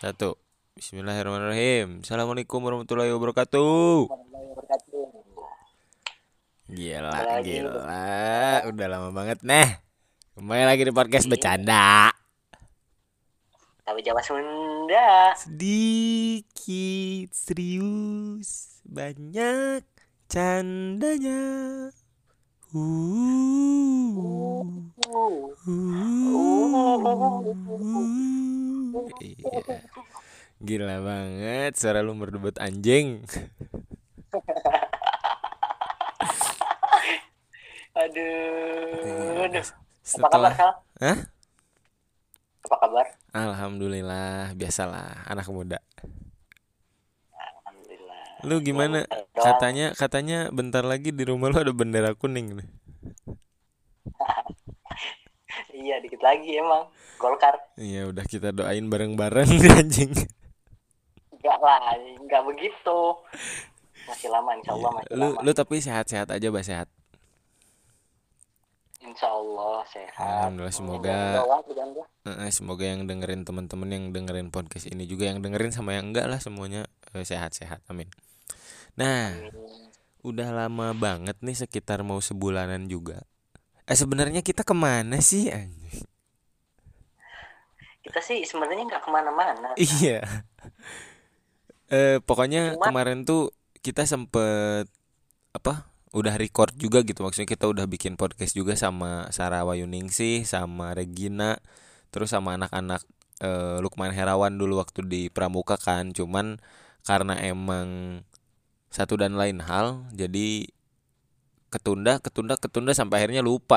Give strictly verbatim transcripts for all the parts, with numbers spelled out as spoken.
Satu. Bismillahirrahmanirrahim. Assalamualaikum warahmatullahi wabarakatuh. Warahmatullahi wabarakatuh. Gila, Kembali lagi gila. bersama Udah lama banget nih. Kembali lagi di podcast di bercanda. Tahu Jawa Sunda. Sedikit serius, banyak candanya. Uh, Uh, uh, uh. Iya. Gila banget suara lu merdebet anjing. Aduh, Iya. aduh. Apa kabar, Setelah, Sal? hah? Apa kabar? Alhamdulillah, biasalah anak muda. Alhamdulillah. Lu Ya gimana? gitu doang. Katanya katanya bentar lagi di rumah lu ada bendera kuning nih. Iya, dikit lagi emang. Golkar. Iya, udah kita doain bareng-bareng anjing. Enggak lah, enggak begitu. Masih lama, insya Iya. Allah masih Lu lama. lu tapi sehat-sehat aja, Bah, sehat. Insya Allah sehat. Alhamdulillah, Hmm, semoga jangan doang, jangan doang. eh, semoga yang dengerin teman-teman yang dengerin podcast ini juga yang dengerin sama yang enggak lah semuanya eh, sehat-sehat. Amin. Nah, Amin. udah lama banget nih sekitar mau sebulanan juga. Eh sebenarnya kita kemana sih anjing? Kita sih sebenarnya nggak kemana-mana, Sal. Iya. Eh pokoknya Cuma kemarin tuh kita sempet apa udah record juga gitu, maksudnya kita udah bikin podcast juga sama Sarah Wayuningsih sama Regina terus sama anak-anak eh, Lukman Herawan dulu waktu di Pramuka kan, cuman karena emang satu dan lain hal jadi ketunda ketunda ketunda sampai akhirnya lupa.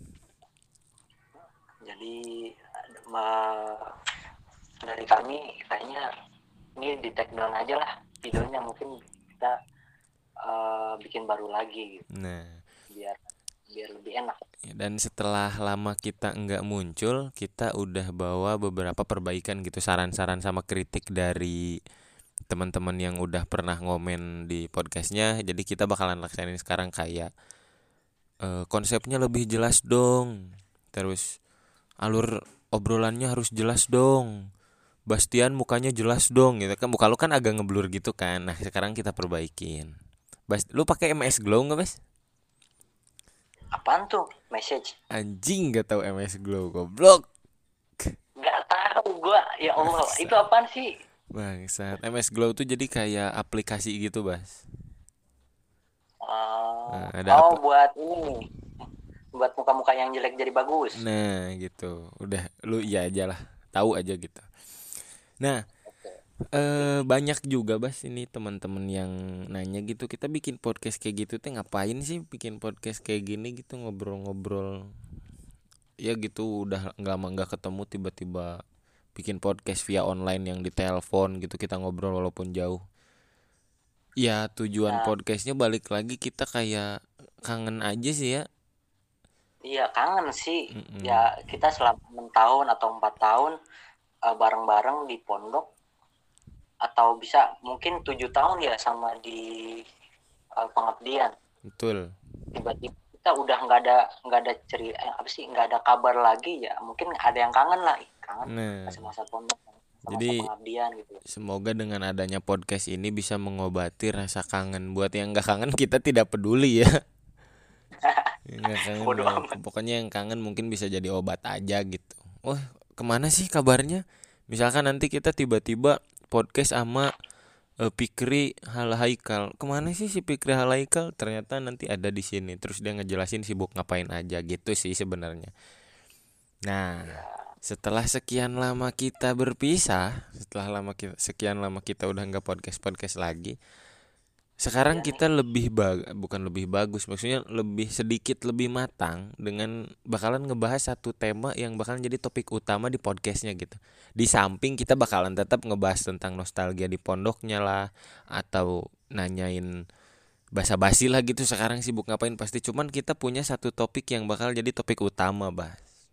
jadi ma- dari kami kayaknya ini di take down aja lah videonya, mungkin kita eh, bikin baru lagi gitu, Nah, biar biar lebih enak. dan setelah lama kita nggak muncul, kita udah bawa beberapa perbaikan gitu, saran-saran sama kritik dari teman-teman yang udah pernah ngomen di podcastnya. Jadi kita bakalan laksanin sekarang kayak eh, konsepnya lebih jelas dong, terus alur obrolannya harus jelas dong, Bastian mukanya jelas dong gitu kan, muka lu kan agak ngeblur gitu kan. Nah sekarang kita perbaikin. Bas, lu pakai M S Glow nggak, Bas? Apaan tuh message? Anjing, nggak tahu M S Glow, goblok. Nggak tahu gua, ya Allah, itu Bangsat. apaan sih? Bangsat. M S Glow tuh jadi kayak aplikasi gitu, Bas. Eh, Nah, ada oh, apa? buat ini, buat muka-muka yang jelek jadi bagus. Nah, gitu. Udah, lu iya aja lah. Tahu aja gitu. Nah, Oke. eh banyak juga, Bas, ini teman-teman yang nanya gitu, kita bikin podcast kayak gitu teh ngapain sih bikin podcast kayak gini gitu, ngobrol-ngobrol. Ya gitu, udah nggak lama nggak ketemu tiba-tiba bikin podcast via online yang di telepon gitu, kita ngobrol walaupun jauh. Ya tujuan Nah, podcastnya balik lagi kita kayak kangen aja sih ya. iya kangen sih. Ya Mm-mm. kita selama enam tahun atau empat tahun eh, bareng-bareng di pondok, atau bisa mungkin tujuh tahun ya sama di uh, pengabdian. Betul. Tiba-tiba kita udah nggak ada nggak ada cerita, eh, apa sih, nggak ada kabar lagi, ya mungkin ada yang kangen lah. Ih, kangen Nah, masa-masa pondok, masa-masa jadi pengabdian gitu. semoga dengan adanya podcast ini bisa mengobati rasa kangen. Buat yang nggak kangen kita tidak peduli ya. Yang nggak kangen Bodoh ya. amat. Pokoknya yang kangen mungkin bisa jadi obat aja gitu. Wah, kemana sih kabarnya? Misalkan nanti kita tiba-tiba podcast sama eh, Pikri Halaikal. Kemana sih si Pikri Halaikal? Ternyata nanti ada di sini. Terus dia ngejelasin sibuk ngapain aja gitu sih sebenarnya. Nah, Ya, setelah sekian lama kita berpisah, setelah lama kita, sekian lama kita udah nggak podcast podcast lagi. Sekarang ya nih. kita lebih bag, bukan lebih bagus, maksudnya lebih sedikit lebih matang dengan bakalan ngebahas satu tema yang bakalan jadi topik utama di podcastnya gitu. Di samping kita bakalan tetap ngebahas tentang nostalgia di pondoknya lah, atau nanyain basa-basi lah gitu. Sekarang sibuk ngapain pasti. Cuman kita punya satu topik yang bakal jadi topik utama, bah.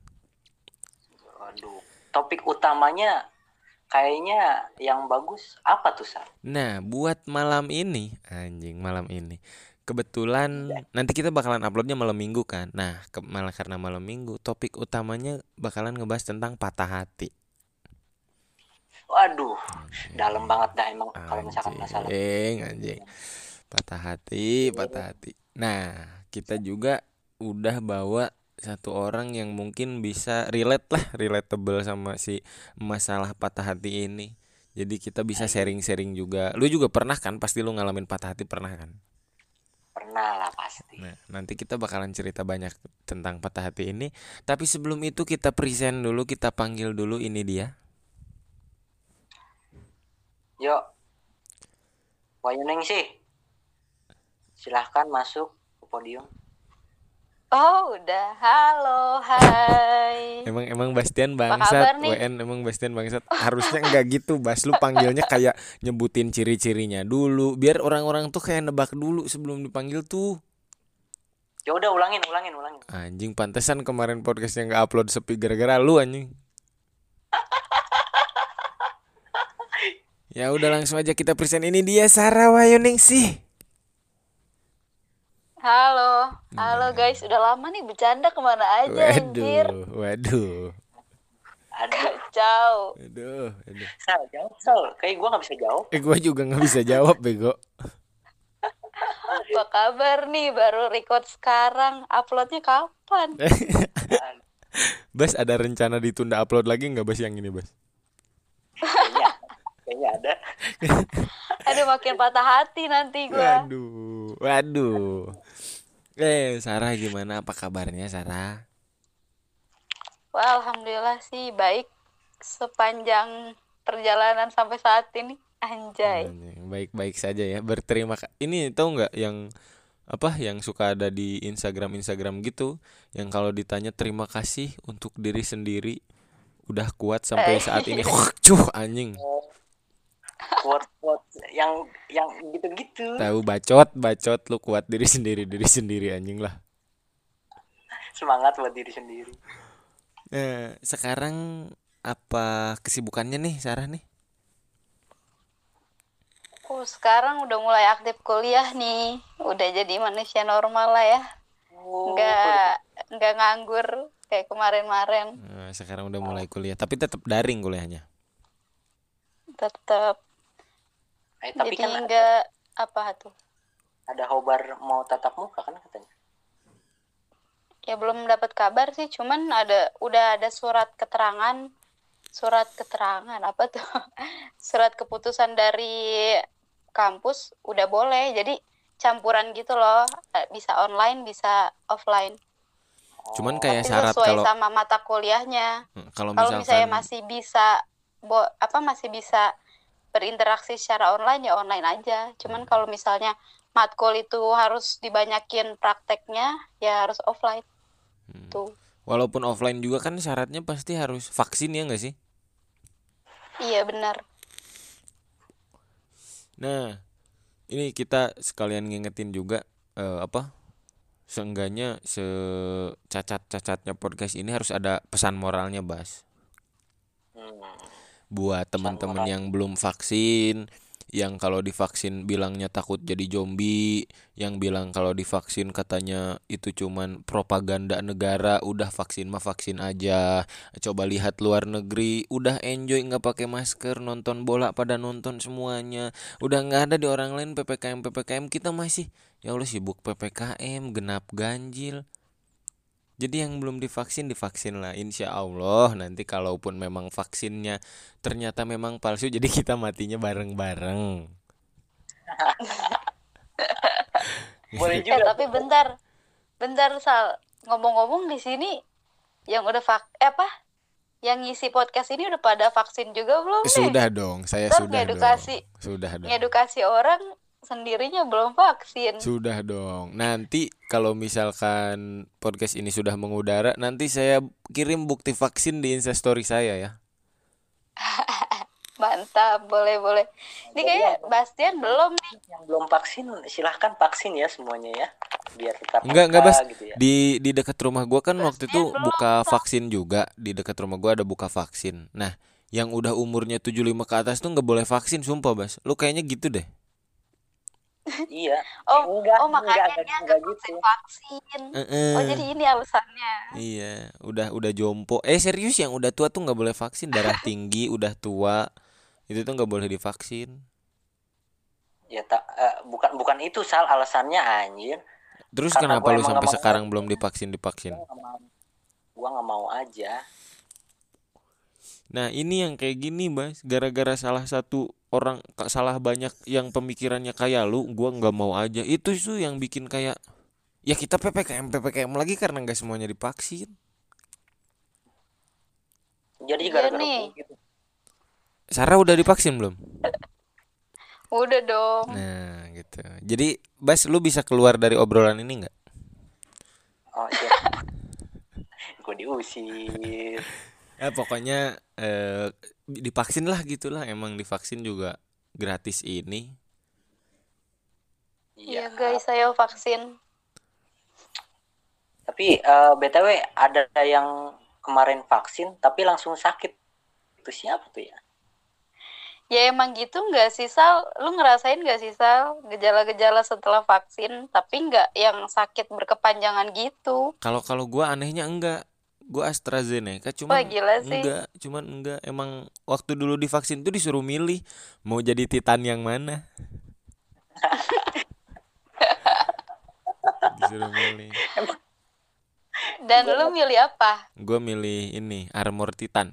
Waduh. Topik utamanya kayaknya yang bagus apa tuh, Sal? Nah, buat malam ini, anjing malam ini. Kebetulan nanti kita bakalan uploadnya malam minggu kan. Nah, ke, malah karena malam minggu, topik utamanya bakalan ngebahas tentang patah hati. Waduh, Anjing. dalam banget dah emang kalau misalkan masalah Anjing, anjing. Patah hati, patah hati. Nah, kita juga udah bawa satu orang yang mungkin bisa relate lah, relatable sama si masalah patah hati ini. Jadi kita bisa sharing-sharing juga. Lu juga pernah kan? Pasti lu ngalamin patah hati pernah kan? pernah lah pasti. Nah, nanti kita bakalan cerita banyak tentang patah hati ini. Tapi sebelum itu kita present dulu, kita panggil dulu ini dia. Yuk, Wayuning sih, silahkan masuk ke podium. Oh udah, halo, hai. Emang emang Bastian Apa bangsat, kabar nih? W N emang Bastian bangsat. Harusnya enggak gitu, Bas. Lu panggilnya kayak nyebutin ciri-cirinya dulu, biar orang-orang tuh kayak nebak dulu sebelum dipanggil tuh. Ya udah ulangin, ulangin, ulangin. Anjing, pantesan kemarin podcastnya nggak upload sepi gara-gara lu anjing. Ya udah langsung aja kita present, ini dia Sarah Wayuning sih. Halo, halo guys, udah lama nih bercanda kemana aja anjir. Waduh, waduh. Aduh, Kacau. Aduh, aduh. Sal, jawab Sal. Kayak gue nggak bisa jawab. Eh, gua juga nggak bisa jawab, bego. Apa kabar nih, baru record sekarang, uploadnya kapan? Bas, ada rencana ditunda upload lagi nggak, Bas, yang ini, Bas? Kayaknya, kayaknya ada. Aduh makin patah hati nanti gua. Waduh, waduh. Eh, Sarah gimana? Apa kabarnya, Sarah? Wah, alhamdulillah sih baik sepanjang perjalanan sampai saat ini. Anjay. Anjing, baik-baik saja ya. Berterima kasih. Ini tahu nggak yang apa yang suka ada di Instagram Instagram gitu, yang kalau ditanya terima kasih untuk diri sendiri udah kuat sampai saat ini. Cuh, anjing. Quote-quote yang yang gitu-gitu. Tahu bacot, bacot lu kuat diri sendiri, diri sendiri anjing lah. Semangat buat diri sendiri. Nah, sekarang apa kesibukannya nih Sarah nih? Oh, sekarang udah mulai aktif kuliah nih. Udah jadi manusia normal lah ya. Oh, Nggak, nggak nganggur kayak kemarin-kemarin. Nah, sekarang udah mulai kuliah, tapi tetap daring kuliahnya. Tetap. eh, tapi Jadi kan ada, nggak apa tuh. ada hobar mau tatap muka kan katanya. Ya belum dapat kabar sih, cuman ada udah ada surat keterangan, surat keterangan apa tuh? Surat keputusan dari kampus udah boleh. Jadi campuran gitu loh, bisa online, bisa offline. Cuman kayak Tapi syarat sesuai kalau sama mata kuliahnya. kalau Kalau misalnya misalkan masih bisa bo, apa masih bisa berinteraksi secara online ya online aja. Cuman kalau misalnya matkul itu harus dibanyakin prakteknya ya harus offline. hmm, Tuh. walaupun offline juga kan syaratnya pasti harus vaksin ya nggak sih? Iya benar. Nah, ini kita sekalian ngingetin juga eh, apa? Seenggaknya secacat-cacatnya podcast ini harus ada pesan moralnya, Bas. Hmm. Buat teman-teman yang belum vaksin, yang kalau divaksin bilangnya takut jadi zombie, yang bilang kalau divaksin katanya itu cuman propaganda negara, udah vaksin mah vaksin aja. Coba lihat luar negeri, udah enjoy nggak pakai masker, nonton bola pada nonton semuanya. Udah nggak ada di orang lain P P K M P P K M, kita masih ya Allah sibuk P P K M, genap ganjil. Jadi yang belum divaksin divaksin lah, insya Allah nanti kalaupun memang vaksinnya ternyata memang palsu, jadi kita matinya bareng-bareng. Boleh Eh juga. tapi bentar, bentar Sal, ngomong-ngomong di sini yang udah vak, eh apa? Yang ngisi podcast ini udah pada vaksin juga belum nih? Sudah dong, saya Ntar sudah ngedukasi, dong. Sudah dong. ngedukasi orang sendirinya belum vaksin. Sudah dong. Nanti kalau misalkan podcast ini sudah mengudara, nanti saya kirim bukti vaksin di Instastory saya ya. Mantap, boleh boleh. Ini kayaknya Bastian belum nih. Yang belum vaksin silahkan vaksin ya semuanya ya. Biar tetap Enggak, enggak, Bas. gitu ya. Di di dekat rumah gua kan waktu itu belum. buka vaksin juga. Di dekat rumah gua ada buka vaksin. Nah, yang udah umurnya tujuh puluh lima ke atas tuh nggak boleh vaksin, sumpah, Bas. Lu kayaknya gitu deh. Iya. Oh, enggak, oh makanya enggak, dia enggak nggak gitu. vaksin vaksin. Eh-eh. Oh jadi ini alasannya. Iya, udah udah jompo. Eh serius, yang udah tua tuh nggak boleh vaksin, darah tinggi, udah tua. Itu tuh nggak boleh divaksin. Ya tak eh, bukan bukan itu Sal alasannya anjir. Terus Karena kenapa gue lu emang sampai nggak mau sekarang aja. belum divaksin divaksin? Gue nggak mau, gue nggak mau aja. Nah ini yang kayak gini Bas, gara-gara salah satu orang salah banyak yang pemikirannya kayak lu, gua nggak mau aja. Itu tuh yang bikin kayak ya kita P P K M P P K M lagi karena nggak semuanya divaksin. Jadi Iya gara-gara nih, gue gitu. Sarah udah divaksin belum? udah dong. Nah gitu. Jadi Bas lu bisa keluar dari obrolan ini nggak? Oh iya. Gue diusir. Ya pokoknya eh, divaksin lah gitulah. Emang divaksin juga gratis ini. Iya guys, saya vaksin. Tapi eh, B T W ada yang kemarin vaksin tapi langsung sakit. Itu siapa tuh ya? Ya emang gitu nggak sih Sal? Lu ngerasain nggak sih Sal gejala-gejala setelah vaksin, tapi nggak yang sakit berkepanjangan gitu? Kalau kalau gua anehnya enggak. Gua AstraZeneca Wah cuman gila sih. enggak, cuman enggak. Emang waktu dulu divaksin tuh disuruh milih mau jadi Titan yang mana. Disuruh milih. Dan lu milih apa? Gua milih ini Armor Titan.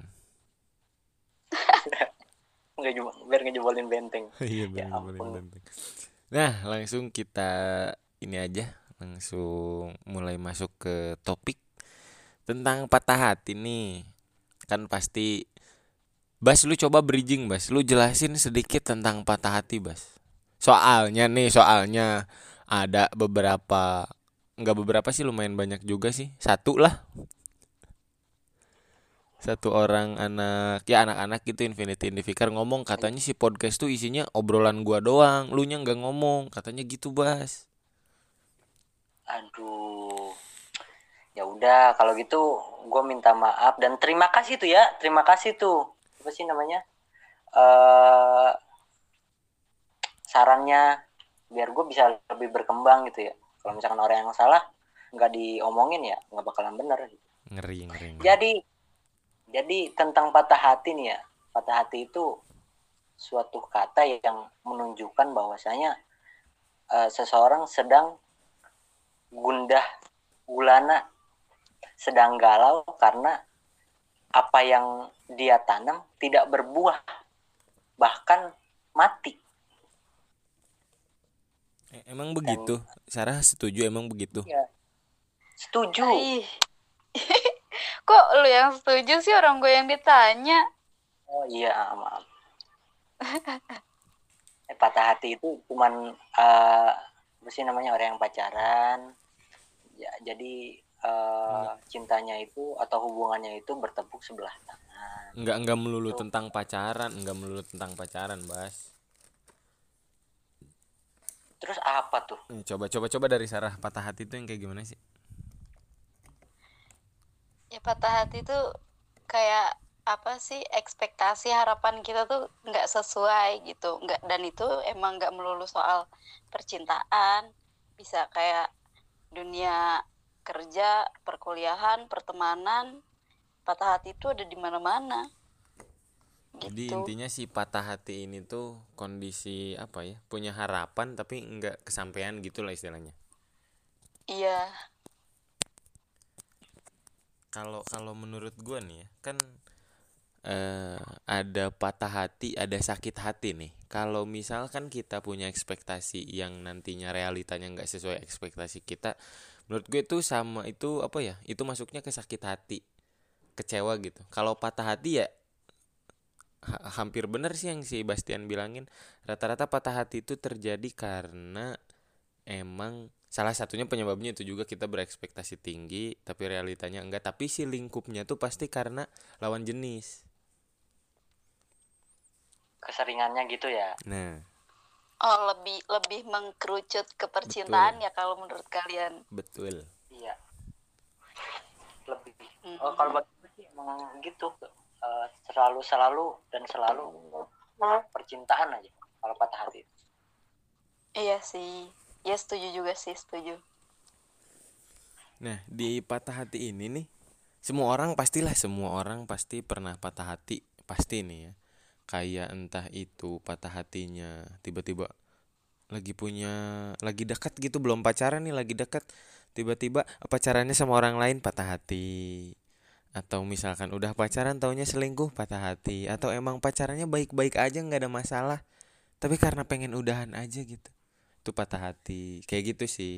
Nggak jebol, biar ngejebolin benteng. Iya Ya bener ampun. bener. Nah langsung kita ini aja, langsung mulai masuk ke topik tentang patah hati nih. Kan pasti Bas lu coba bridging Bas, lu jelasin sedikit tentang patah hati Bas. Soalnya nih, soalnya ada beberapa, nggak beberapa sih, lumayan banyak juga sih. Satu lah, satu orang anak, ya anak-anak gitu Infinity Indivicar ngomong katanya si podcast tuh isinya obrolan gua doang, lu nya nggak ngomong, katanya gitu Bas. Aduh. Ya udah kalau gitu gue minta maaf dan terima kasih tuh ya. Terima kasih tuh. Apa sih namanya? Eh sarannya biar gue bisa lebih berkembang gitu ya. Kalau misalkan orang yang salah nggak diomongin ya nggak bakalan bener gitu. Ngeri ngeri. ngeri. Jadi jadi tentang patah hati nih ya. Patah hati itu suatu kata yang menunjukkan bahwasanya uh, seseorang sedang gundah gulana, sedang galau karena apa yang dia tanam tidak berbuah, bahkan mati. Emang begitu? Sarah setuju emang begitu? Ya, setuju. Ih. Kok lu yang setuju sih, orang gue yang ditanya? Oh iya, maaf. eh, patah hati itu cuman uh, apa sih namanya orang yang pacaran. Ya, jadi uh, cintanya itu atau hubungannya itu bertepuk sebelah tangan. Enggak enggak melulu itu tentang pacaran, enggak melulu tentang pacaran, Bas. Terus apa tuh? Coba coba coba dari Sarah, patah hati itu yang kayak gimana sih? Ya patah hati tuh kayak apa sih, ekspektasi harapan kita tuh nggak sesuai gitu, nggak, dan itu emang nggak melulu soal percintaan, bisa kayak dunia kerja, perkuliahan, pertemanan. Patah hati itu ada di mana-mana. Jadi Gitu. intinya si patah hati ini tuh kondisi apa ya? Punya harapan tapi nggak kesampaian gitu lah istilahnya. Iya. Kalau kalau menurut gua nih ya, kan eh, ada patah hati, ada sakit hati nih. Kalau misalkan kita punya ekspektasi yang nantinya realitanya nggak sesuai ekspektasi kita, menurut gue itu sama itu apa ya? Itu masuknya ke sakit hati, kecewa gitu. Kalau patah hati ya ha- hampir benar sih yang si Bastian bilangin. Rata-rata patah hati itu terjadi karena emang salah satunya penyebabnya itu juga kita berekspektasi tinggi tapi realitanya enggak, tapi si lingkupnya tuh pasti karena lawan jenis. Keseringannya gitu ya. Nah, Oh, lebih lebih mengkerucut ke percintaan. Betul. Ya kalau menurut kalian. betul. Iya. Lebih. Hmm. Oh, kalau bagi gue sih emang gitu. Uh, selalu selalu dan selalu percintaan aja kalau patah hati. Iya sih. Ya setuju juga sih, setuju. Nah, di patah hati ini nih, semua orang pastilah semua orang pasti pernah patah hati, pasti nih ya. Kayak entah itu patah hatinya tiba-tiba lagi punya lagi dekat gitu, belum pacaran nih, lagi dekat tiba-tiba pacarannya sama orang lain, patah hati. Atau misalkan udah pacaran taunya selingkuh, patah hati. Atau emang pacarannya baik-baik aja nggak ada masalah, tapi karena pengen udahan aja gitu, itu patah hati. Kayak gitu sih.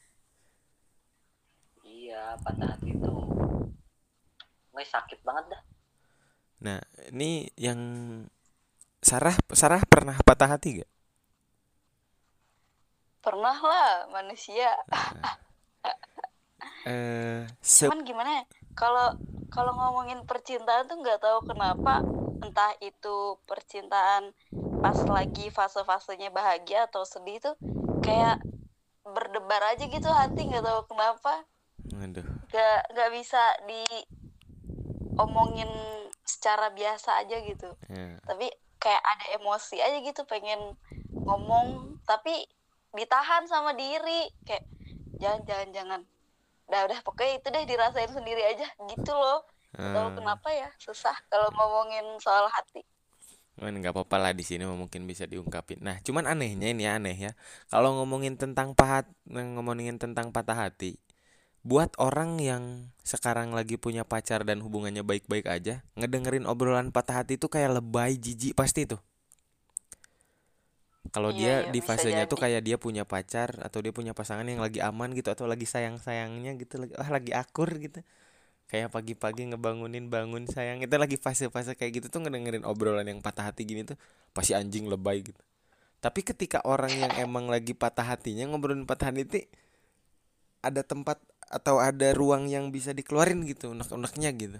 Iya, patah hati itu nggak sakit banget dah. Nah, ini yang Sarah Sarah pernah patah hati gak? Pernah lah manusia. Eh, se Cuman gimana ya? Kalau kalau ngomongin percintaan tuh nggak tahu kenapa, entah itu percintaan pas lagi fase-fasenya bahagia atau sedih tuh kayak berdebar aja gitu hati, nggak tahu kenapa. Aduh. Nggak nggak bisa diomongin secara biasa aja gitu. Ya. Tapi kayak ada emosi aja gitu, pengen ngomong tapi ditahan sama diri, kayak jangan jangan jangan udah udah pokoknya itu deh, dirasain sendiri aja gitu loh. Gak tahu Hmm. kenapa ya susah kalau ngomongin soal hati. Cuman nggak apa-apa lah, di sini mungkin bisa diungkapin. Nah, cuman anehnya ini aneh ya. Kalau ngomongin tentang pahat, ngomongin tentang patah hati, buat orang yang sekarang lagi punya pacar dan hubungannya baik-baik aja, ngedengerin obrolan patah hati itu kayak lebay, jijik pasti tuh. Kalau Iya dia iya di bisa fasenya tuh jadi. kayak dia punya pacar atau dia punya pasangan yang lagi aman gitu, atau lagi sayang-sayangnya gitu, lagi ah lagi akur gitu. Kayak pagi-pagi ngebangunin, bangun sayang, itu lagi fase-fase kayak gitu tuh, ngedengerin obrolan yang patah hati gini tuh pasti anjing lebay gitu. Tapi ketika orang yang emang lagi patah hatinya ngobrolin patah hati itu, ada tempat atau ada ruang yang bisa dikeluarin gitu, unek-uneknya gitu.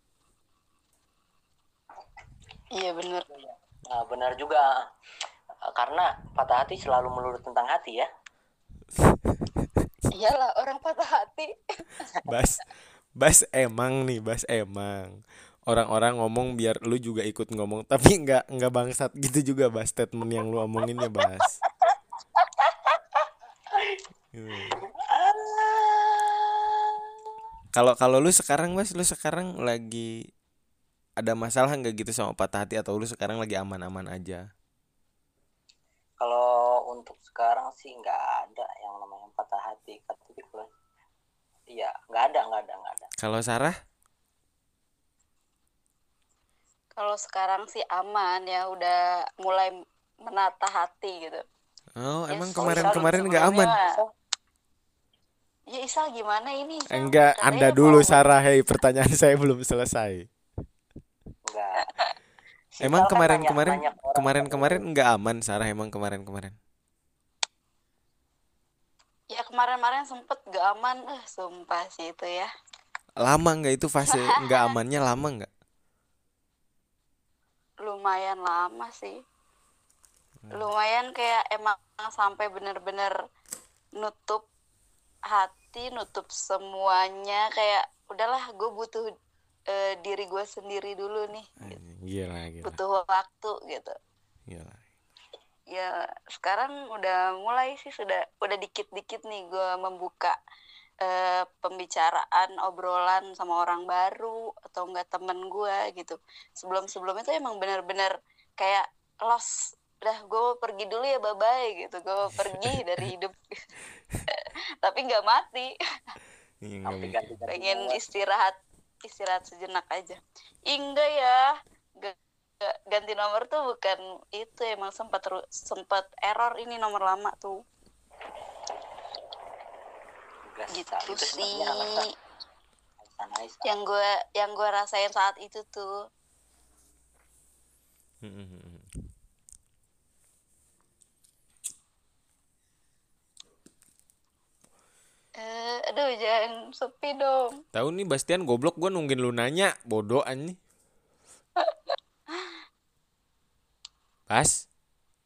Iya bener. Nah, benar juga. Karena patah hati selalu melulu tentang hati ya. Iyalah orang patah hati. Bas, Bas emang nih, Bas emang. Orang-orang ngomong biar lu juga ikut ngomong, tapi nggak nggak bangsat gitu juga, Bas, statement yang lu omongin ya, Bas. Kalau kalau lu sekarang, Bas, lu sekarang lagi ada masalah nggak gitu sama patah hati, atau lu sekarang lagi aman-aman aja? Kalau untuk sekarang sih nggak ada yang namanya patah hati. Tapi kalau iya nggak ada nggak ada nggak ada. Kalau Sarah? Kalau sekarang sih aman ya, udah mulai menata hati gitu. Oh, Ya, emang so- kemarin-kemarin nggak sebelumnya aman? mah- Ya Isal gimana ini? Isal? Enggak, Katanya Anda mau dulu men- Sarah, hei, pertanyaan saya belum selesai. Nggak. Si Emang Sal kan kemarin-kemarin nanya- nanya ke orang kemarin-kemarin tertentu. nggak aman, Sarah, emang kemarin-kemarin? Ya kemarin-kemarin sempet gak aman, eh sumpah sih itu ya. Lama nggak itu fase nggak amannya, lama nggak? Lumayan lama sih. Lumayan kayak emang sampai bener-bener nutup hati, nutup semuanya, kayak udahlah gue butuh eh, diri gue sendiri dulu nih. Gitu. Gila, gila. Butuh waktu gitu. Gila. Ya sekarang udah mulai sih, sudah udah dikit-dikit nih gue membuka eh, pembicaraan, obrolan sama orang baru atau enggak temen gue gitu. Sebelum-sebelumnya tuh emang benar-benar kayak lost, udah gue pergi dulu ya, bye-bye gitu, gue pergi dari hidup. Tapi nggak mati, Iya, nggak Sampai mungkin. ganti-ganti pengen nama. istirahat istirahat sejenak aja. Ih, enggak ya, Nggak- nggak, ganti nomor tuh bukan itu, emang sempat ru- sempat error ini nomor lama tuh Gas, gitu Sal. Itu sih sebenarnya alasan alasan Aisyah. yang gue yang gue rasain saat itu tuh. Eh, aduh jangan sepi dong. Tahu nih Bastian goblok, gua nungguin lu nanya, bodoh anjing. Bas.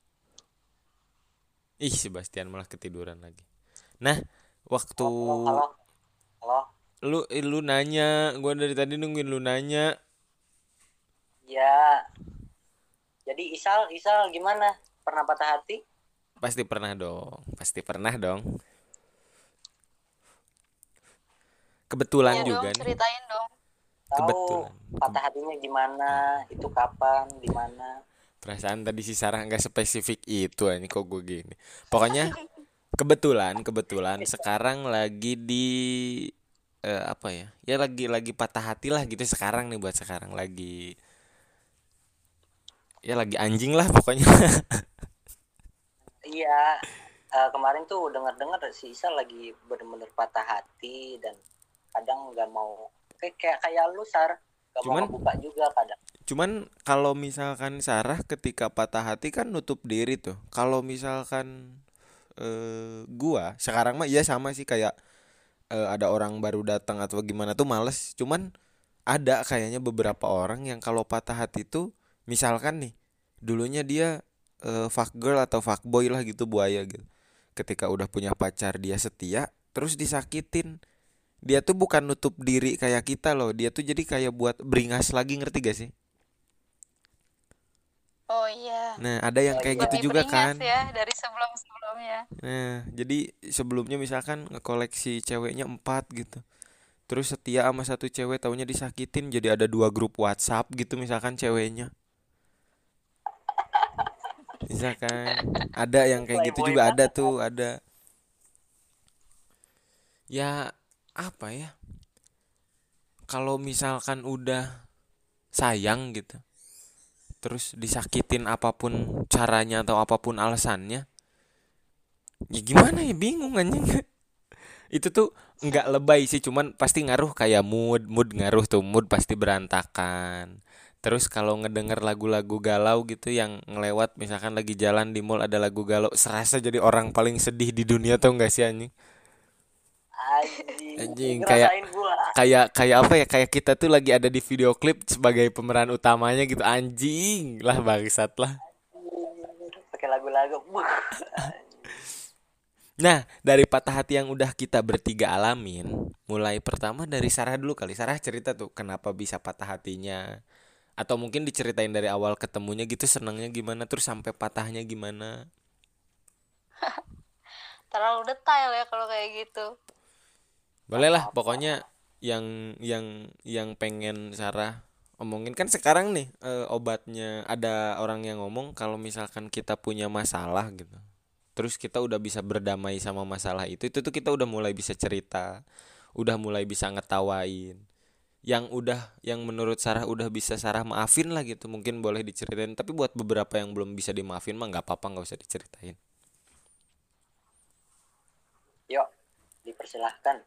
Ih, Sebastian malah ketiduran lagi. Nah, waktu Halo, halo, halo. lu eh, lu nanya, gua dari tadi nungguin lu nanya. Ya. Jadi Isal, Isal gimana? Pernah patah hati? Pasti pernah dong, pasti pernah dong. Kebetulan Iya juga dong, nih. ceritain dong. tahu Kebetulan. patah hatinya gimana, itu kapan, di mana. Perasaan tadi si Sarah nggak spesifik itu, ini kok gue gini. Pokoknya kebetulan, kebetulan sekarang lagi di eh, apa ya? Ya lagi lagi patah hati lah gitu sekarang nih, buat sekarang lagi ya lagi anjing lah pokoknya. Iya, eh, kemarin tuh dengar-dengar si Isa lagi bener-bener patah hati dan kadang nggak mau kayak kayak kayak lu Sar, nggak mau Cuman ngebuka juga kadang. cuman kalau misalkan Sarah ketika patah hati kan nutup diri tuh. Kalau misalkan eh, gua sekarang mah iya sama sih, kayak eh, ada orang baru datang atau gimana tuh males. Cuman ada kayaknya beberapa orang yang kalau patah hati tuh, misalkan nih dulunya dia eh, fuck girl atau fuck boy lah gitu, buaya gitu. Ketika udah punya pacar dia setia, terus disakitin. Dia tuh bukan nutup diri kayak kita loh. Dia tuh jadi kayak buat beringas lagi, ngerti gak sih? Oh iya, Nah, ada yang Oh kayak iya, gitu lebih juga beringas kan. ya dari sebelum-sebelumnya. Nah, jadi sebelumnya misalkan ngekoleksi ceweknya empat gitu. Terus setia sama satu cewek, taunya disakitin, jadi ada dua grup WhatsApp gitu misalkan ceweknya. Misalkan ada yang kayak gitu playboy juga, ada banget. tuh, ada. Ya apa ya? Kalau misalkan udah sayang gitu, terus disakitin apapun caranya atau apapun alasannya, ya gimana ya, bingung anjing. Itu tuh nggak lebay sih, cuman pasti ngaruh kayak mood mood ngaruh tuh, mood pasti berantakan. Terus kalau ngedenger lagu-lagu galau gitu yang ngelewat, misalkan lagi jalan di mall ada lagu galau, serasa jadi orang paling sedih di dunia, tau nggak sih anjing? Anjing, Anjing kayak ngerasain gua. kayak kayak apa ya, kayak kita tuh lagi ada di video klip sebagai pemeran utamanya gitu, anjing lah, bangsat lah. Pakai lagu-lagu. Buh. Nah, dari patah hati yang udah kita bertiga alamin, mulai pertama dari Sarah dulu kali. Sarah cerita tuh kenapa bisa patah hatinya. Atau mungkin diceritain dari awal ketemunya gitu, senangnya gimana, terus sampai patahnya gimana. Terlalu detail ya kalau kayak gitu. Boleh lah, pokoknya yang yang yang pengen Sarah omongin kan sekarang nih, eh, obatnya ada orang yang ngomong kalau misalkan kita punya masalah gitu. Terus kita udah bisa berdamai sama masalah itu, itu tuh kita udah mulai bisa cerita, udah mulai bisa ngetawain. Yang udah yang menurut Sarah udah bisa Sarah maafin lah gitu, mungkin boleh diceritain. Tapi buat beberapa yang belum bisa dimaafin mah nggak apa-apa, nggak usah diceritain. Yuk, dipersilahkan.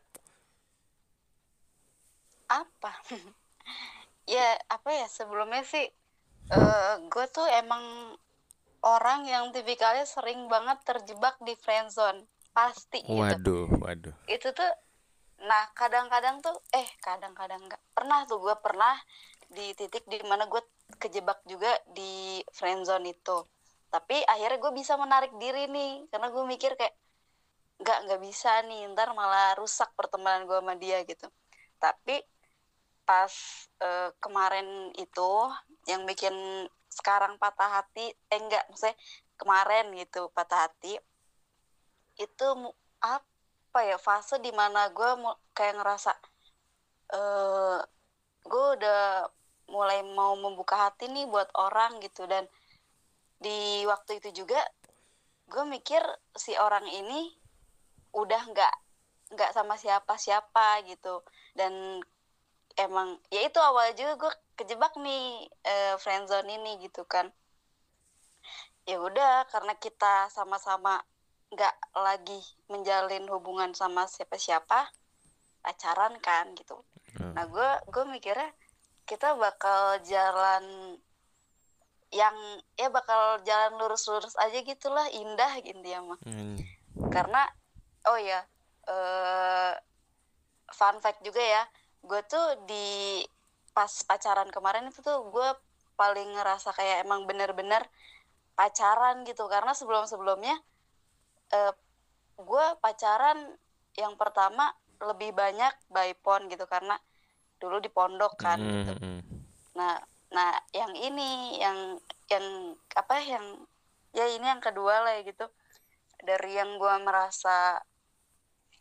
Apa? Ya apa ya, sebelumnya sih eh gue tuh emang orang yang tipikalnya sering banget terjebak di friendzone, pasti gitu. Waduh, waduh. Itu tuh, nah kadang-kadang tuh, eh kadang-kadang nggak pernah tuh gue pernah di titik di mana gue kejebak juga di friendzone itu. Tapi akhirnya gue bisa menarik diri nih, karena gue mikir kayak nggak nggak bisa nih, ntar malah rusak pertemanan gue sama dia gitu. Tapi pas eh, kemarin itu yang bikin sekarang patah hati, eh enggak, maksudnya kemarin gitu patah hati, itu apa ya, fase dimana gue kayak ngerasa eh gue udah mulai mau membuka hati nih buat orang gitu. Dan di waktu itu juga gue mikir si orang ini udah nggak nggak sama siapa-siapa gitu. Dan emang ya itu awal juga gue kejebak nih eh, friendzone ini gitu kan. Ya udah, karena kita sama-sama nggak lagi menjalin hubungan sama siapa-siapa, pacaran kan gitu. Hmm. Nah gue gue mikirnya kita bakal jalan yang ya bakal jalan lurus-lurus aja gitulah, indah gitu ya mah. Hmm. Karena oh ya eh, fun fact juga ya, gue tuh di pas pacaran kemarin itu tuh gue paling ngerasa kayak emang bener-bener pacaran gitu. Karena sebelum-sebelumnya eh, gue pacaran yang pertama lebih banyak by phone gitu, karena dulu di pondok kan gitu. Hmm. Nah, nah yang ini yang yang apa yang ya ini yang kedua lah ya gitu. Dari yang gue merasa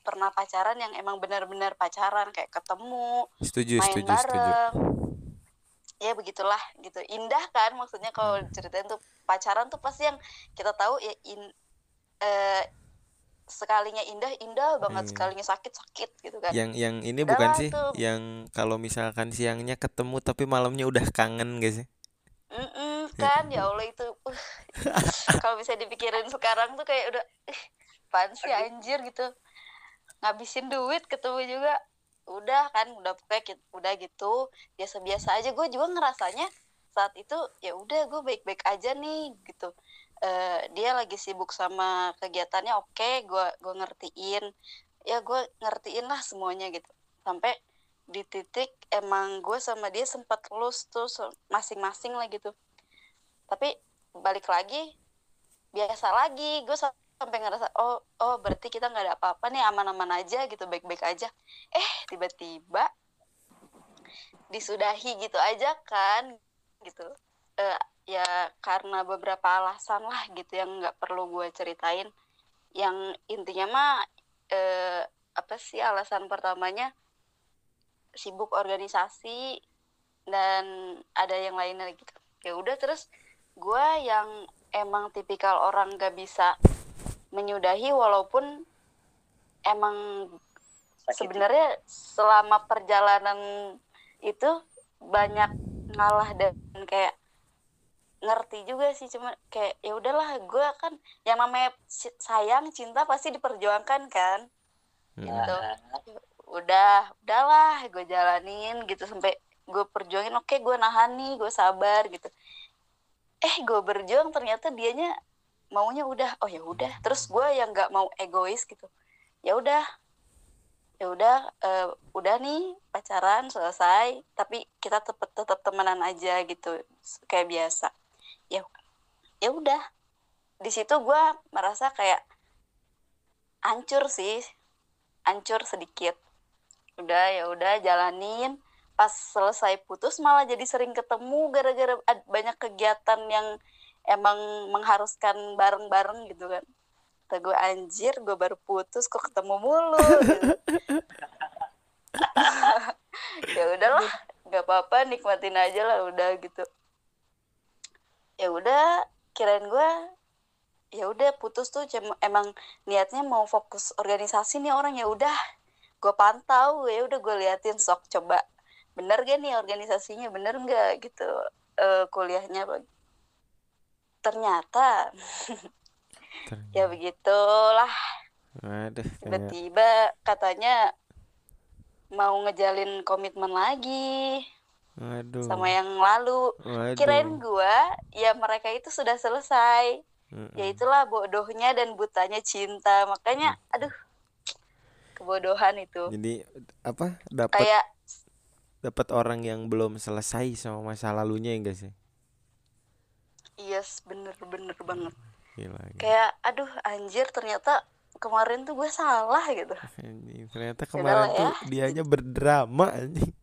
pernah pacaran yang emang benar-benar pacaran, kayak ketemu, Setuju, main setuju, setuju. bareng. Ya begitulah gitu. Indah kan maksudnya kalau ceritain tuh pacaran tuh pasti yang kita tahu ya in, eh, sekalinya indah indah banget, Hmm. sekalinya sakit sakit gitu kan. Yang yang ini Udah bukan lah sih, tuh. yang kalau misalkan siangnya ketemu tapi malamnya udah kangen gak sih? Mm-mm, kan ya Allah itu uh, kalau bisa dipikirin sekarang tuh kayak udah ih, apaan sih anjir gitu, ngabisin duit ketemu juga udah kan, udah pokoknya ki- udah gitu biasa-biasa aja. Gue juga ngerasanya saat itu ya udah gue baik-baik aja nih gitu. Eh, dia lagi sibuk sama kegiatannya, oke gue gue ngertiin, ya gue ngertiin lah semuanya gitu. Sampai di titik emang gue sama dia sempat lulus tuh se- masing-masing lah gitu. Tapi balik lagi biasa lagi, gue sampai ngerasa oh oh berarti kita nggak ada apa-apa nih, aman-aman aja gitu, baik-baik aja. Eh tiba-tiba disudahi gitu aja kan gitu. Eh, ya karena beberapa alasan lah gitu yang nggak perlu gue ceritain. Yang intinya mah eh, apa sih alasan pertamanya, sibuk organisasi dan ada yang lainnya gitu. Ya udah, terus gue yang emang tipikal orang gak bisa menyudahi walaupun emang sebenarnya selama perjalanan itu banyak ngalah dan kayak ngerti juga sih, cuma kayak ya udahlah, gue kan yang namanya sayang cinta pasti diperjuangkan kan. Hmm. Gitu. Udah, udahlah gue jalanin gitu sampai gue perjuangin, oke gue nahan nih, gue sabar gitu. Eh gue berjuang ternyata dianya maunya udah, oh ya udah. Terus gue yang nggak mau egois gitu, ya udah ya udah uh, udah nih pacaran selesai, tapi kita tetap tetap temenan aja gitu kayak biasa. Ya ya udah, di situ gue merasa kayak hancur sih, hancur sedikit. Udah ya udah jalanin. Pas selesai putus malah jadi sering ketemu gara-gara banyak kegiatan yang emang mengharuskan bareng-bareng gitu kan. Kata gue anjir, gue baru putus kok ketemu mulu gitu. Ya udahlah, nggak apa-apa, nikmatin aja lah udah gitu. Ya udah, kirain gue ya udah putus tuh cuma emang niatnya mau fokus organisasi nih orang. Ya udah, gue pantau, ya udah gue liatin, sok coba bener gak nih organisasinya, bener nggak gitu uh, kuliahnya. Ternyata ya begitulah. Aduh, tiba-tiba katanya mau ngejalin komitmen lagi. Aduh. Sama yang lalu. Waduh. Kirain gue ya mereka itu sudah selesai. Mm-mm. Ya itulah bodohnya dan butanya cinta. Makanya aduh, kebodohan itu. Jadi apa, dapat kayak dapat orang yang belum selesai sama masa lalunya, enggak sih? Yes, bener-bener banget. Gila, gila. Kayak aduh anjir, ternyata kemarin tuh gue salah gitu. Anjing, ternyata kemarin ya, tuh dianya berdrama anjing.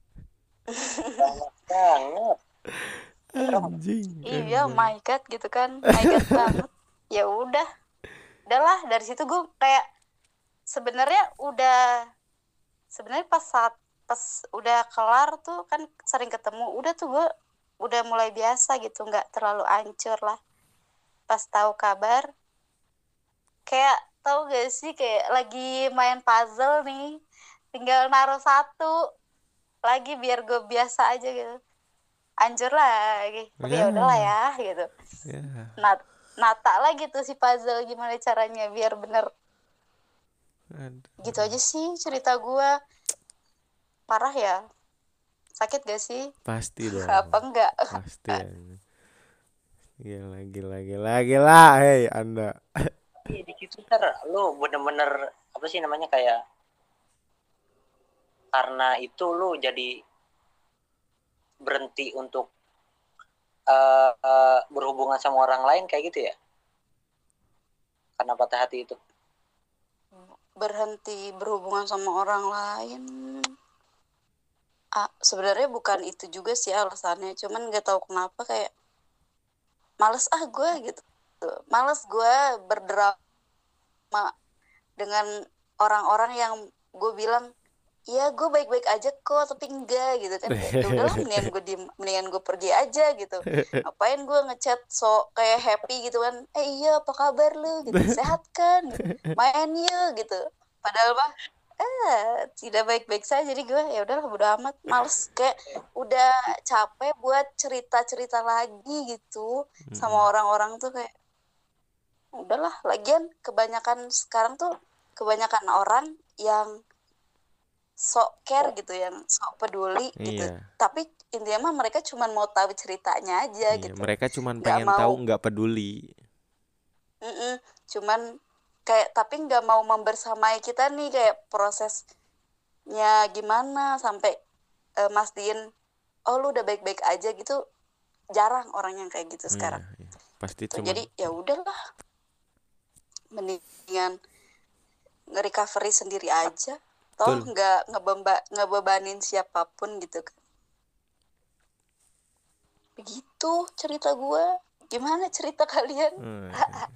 Banget. Anjing. Iya, my god gitu kan. My god banget. Ya udah. Udahlah, dari situ gue kayak sebenarnya udah sebenarnya pas saat pas udah kelar tuh kan sering ketemu, udah tuh gue udah mulai biasa gitu, nggak terlalu hancur lah. Pas tahu kabar, kayak tahu gak sih kayak lagi main puzzle nih, tinggal naruh satu lagi biar gue biasa aja gitu, hancur lagi. Tapi ya udahlah ya gitu. Yeah. Nat- nata lagi tuh si puzzle gimana caranya biar bener. Aduh. Gitu aja sih cerita gue. Parah ya? Sakit gak sih? Pasti dong. Apa enggak? Pasti. Gila, gila, gila, gila, hei Anda. Iya, di situ ntar lu bener-bener apa sih namanya, kayak karena itu lu jadi berhenti untuk uh, uh, berhubungan sama orang lain kayak gitu ya? Karena patah hati itu. Berhenti berhubungan sama orang lain. Ah, sebenarnya bukan itu juga sih alasannya, cuman nggak tahu kenapa kayak males ah gue gitu, males gue berdrama dengan orang-orang yang gue bilang iya gue baik-baik aja kok tapi enggak gitu kan, kayak ya udahlah mendingan gue diem, mendingan gue pergi aja gitu, ngapain gue ngechat so kayak happy gitu kan, eh iya apa kabar lu gitu, sehat kan gitu, main yuk gitu, padahal mah eh tidak baik-baik saja. Jadi gue ya udahlah bodo amat, males, kayak udah capek buat cerita-cerita lagi gitu sama orang-orang tuh, kayak udahlah. Lagian kebanyakan sekarang tuh kebanyakan orang yang sok care gitu, yang sok peduli gitu, Iya, tapi intinya mah mereka cuma mau tahu ceritanya aja iya. gitu, Mereka cuman nggak pengen tahu, mau nggak peduli. mm-mm, cuman kayak tapi nggak mau membersamai kita nih kayak prosesnya gimana sampai eh, mastiin oh lu udah baik-baik aja gitu. Jarang orang yang kayak gitu Iya, sekarang iya. Pasti tuh. cuman Jadi ya udahlah, mendingan nge-recovery sendiri aja, toh betul. nggak ngebemba ngebebanin siapapun gitu kan. Begitu cerita gue. Gimana cerita kalian? Hmm.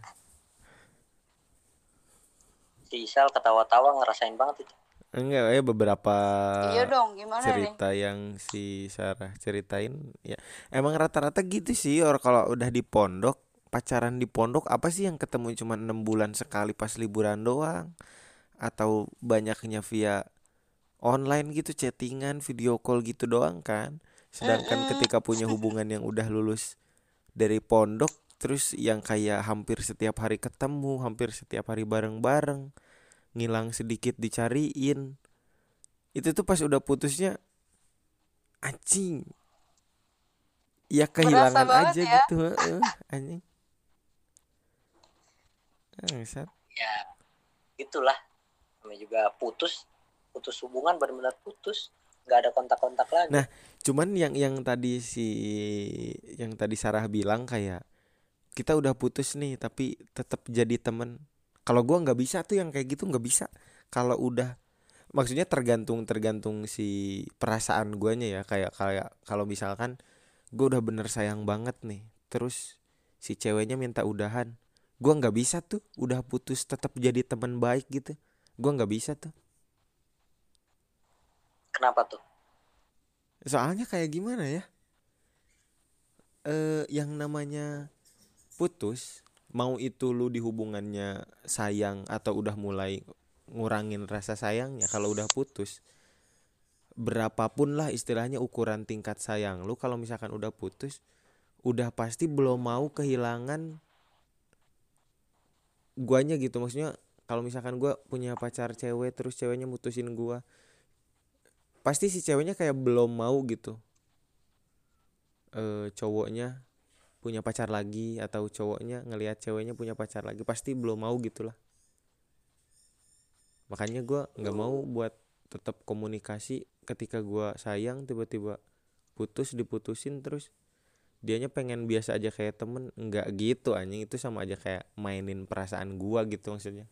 Si Isal ketawa-tawa ngerasain banget itu. Enggak, ya beberapa Iya dong, gimana nih? cerita yang si Sarah ceritain ya emang rata-rata gitu sih. Orang kalau udah di pondok, pacaran di pondok apa sih yang ketemu cuma enam bulan sekali pas liburan doang, atau banyaknya via online gitu, chattingan, video call gitu doang kan. Sedangkan Mm-mm. ketika punya hubungan yang udah lulus dari pondok, terus yang kayak hampir setiap hari ketemu, hampir setiap hari bareng-bareng, ngilang sedikit dicariin, itu tuh pas udah putusnya anjing ya Berasa kehilangan banget aja ya. gitu. Heeh, anjing. Bangsat. Ya itulah namanya juga putus putus hubungan, benar-benar putus, nggak ada kontak-kontak lagi. Nah, cuman yang yang tadi si yang tadi Sarah bilang kayak kita udah putus nih tapi tetap jadi temen. Kalau gua nggak bisa tuh, yang kayak gitu nggak bisa. Kalau udah, maksudnya tergantung tergantung si perasaan guanya ya, kayak kayak kalau misalkan gue udah bener sayang banget nih, terus si ceweknya minta udahan, gue nggak bisa tuh udah putus tetap jadi teman baik gitu, gue nggak bisa tuh. Kenapa tuh? Soalnya kayak gimana ya, eh yang namanya putus, mau itu lu di hubungannya sayang atau udah mulai ngurangin rasa sayangnya, kalau udah putus berapapun lah istilahnya ukuran tingkat sayang lu, kalau misalkan udah putus udah pasti belum mau kehilangan guanya gitu. Maksudnya kalau misalkan gua punya pacar cewek terus ceweknya mutusin gua, pasti si ceweknya kayak belum mau gitu, eh cowoknya punya pacar lagi, atau cowoknya ngelihat ceweknya punya pacar lagi, pasti belum mau gitulah. Makanya gua nggak mau buat tetap komunikasi. Ketika gua sayang tiba-tiba putus, diputusin, terus dianya pengen biasa aja kayak temen, nggak gitu anjing. Itu sama aja kayak mainin perasaan gua gitu maksudnya.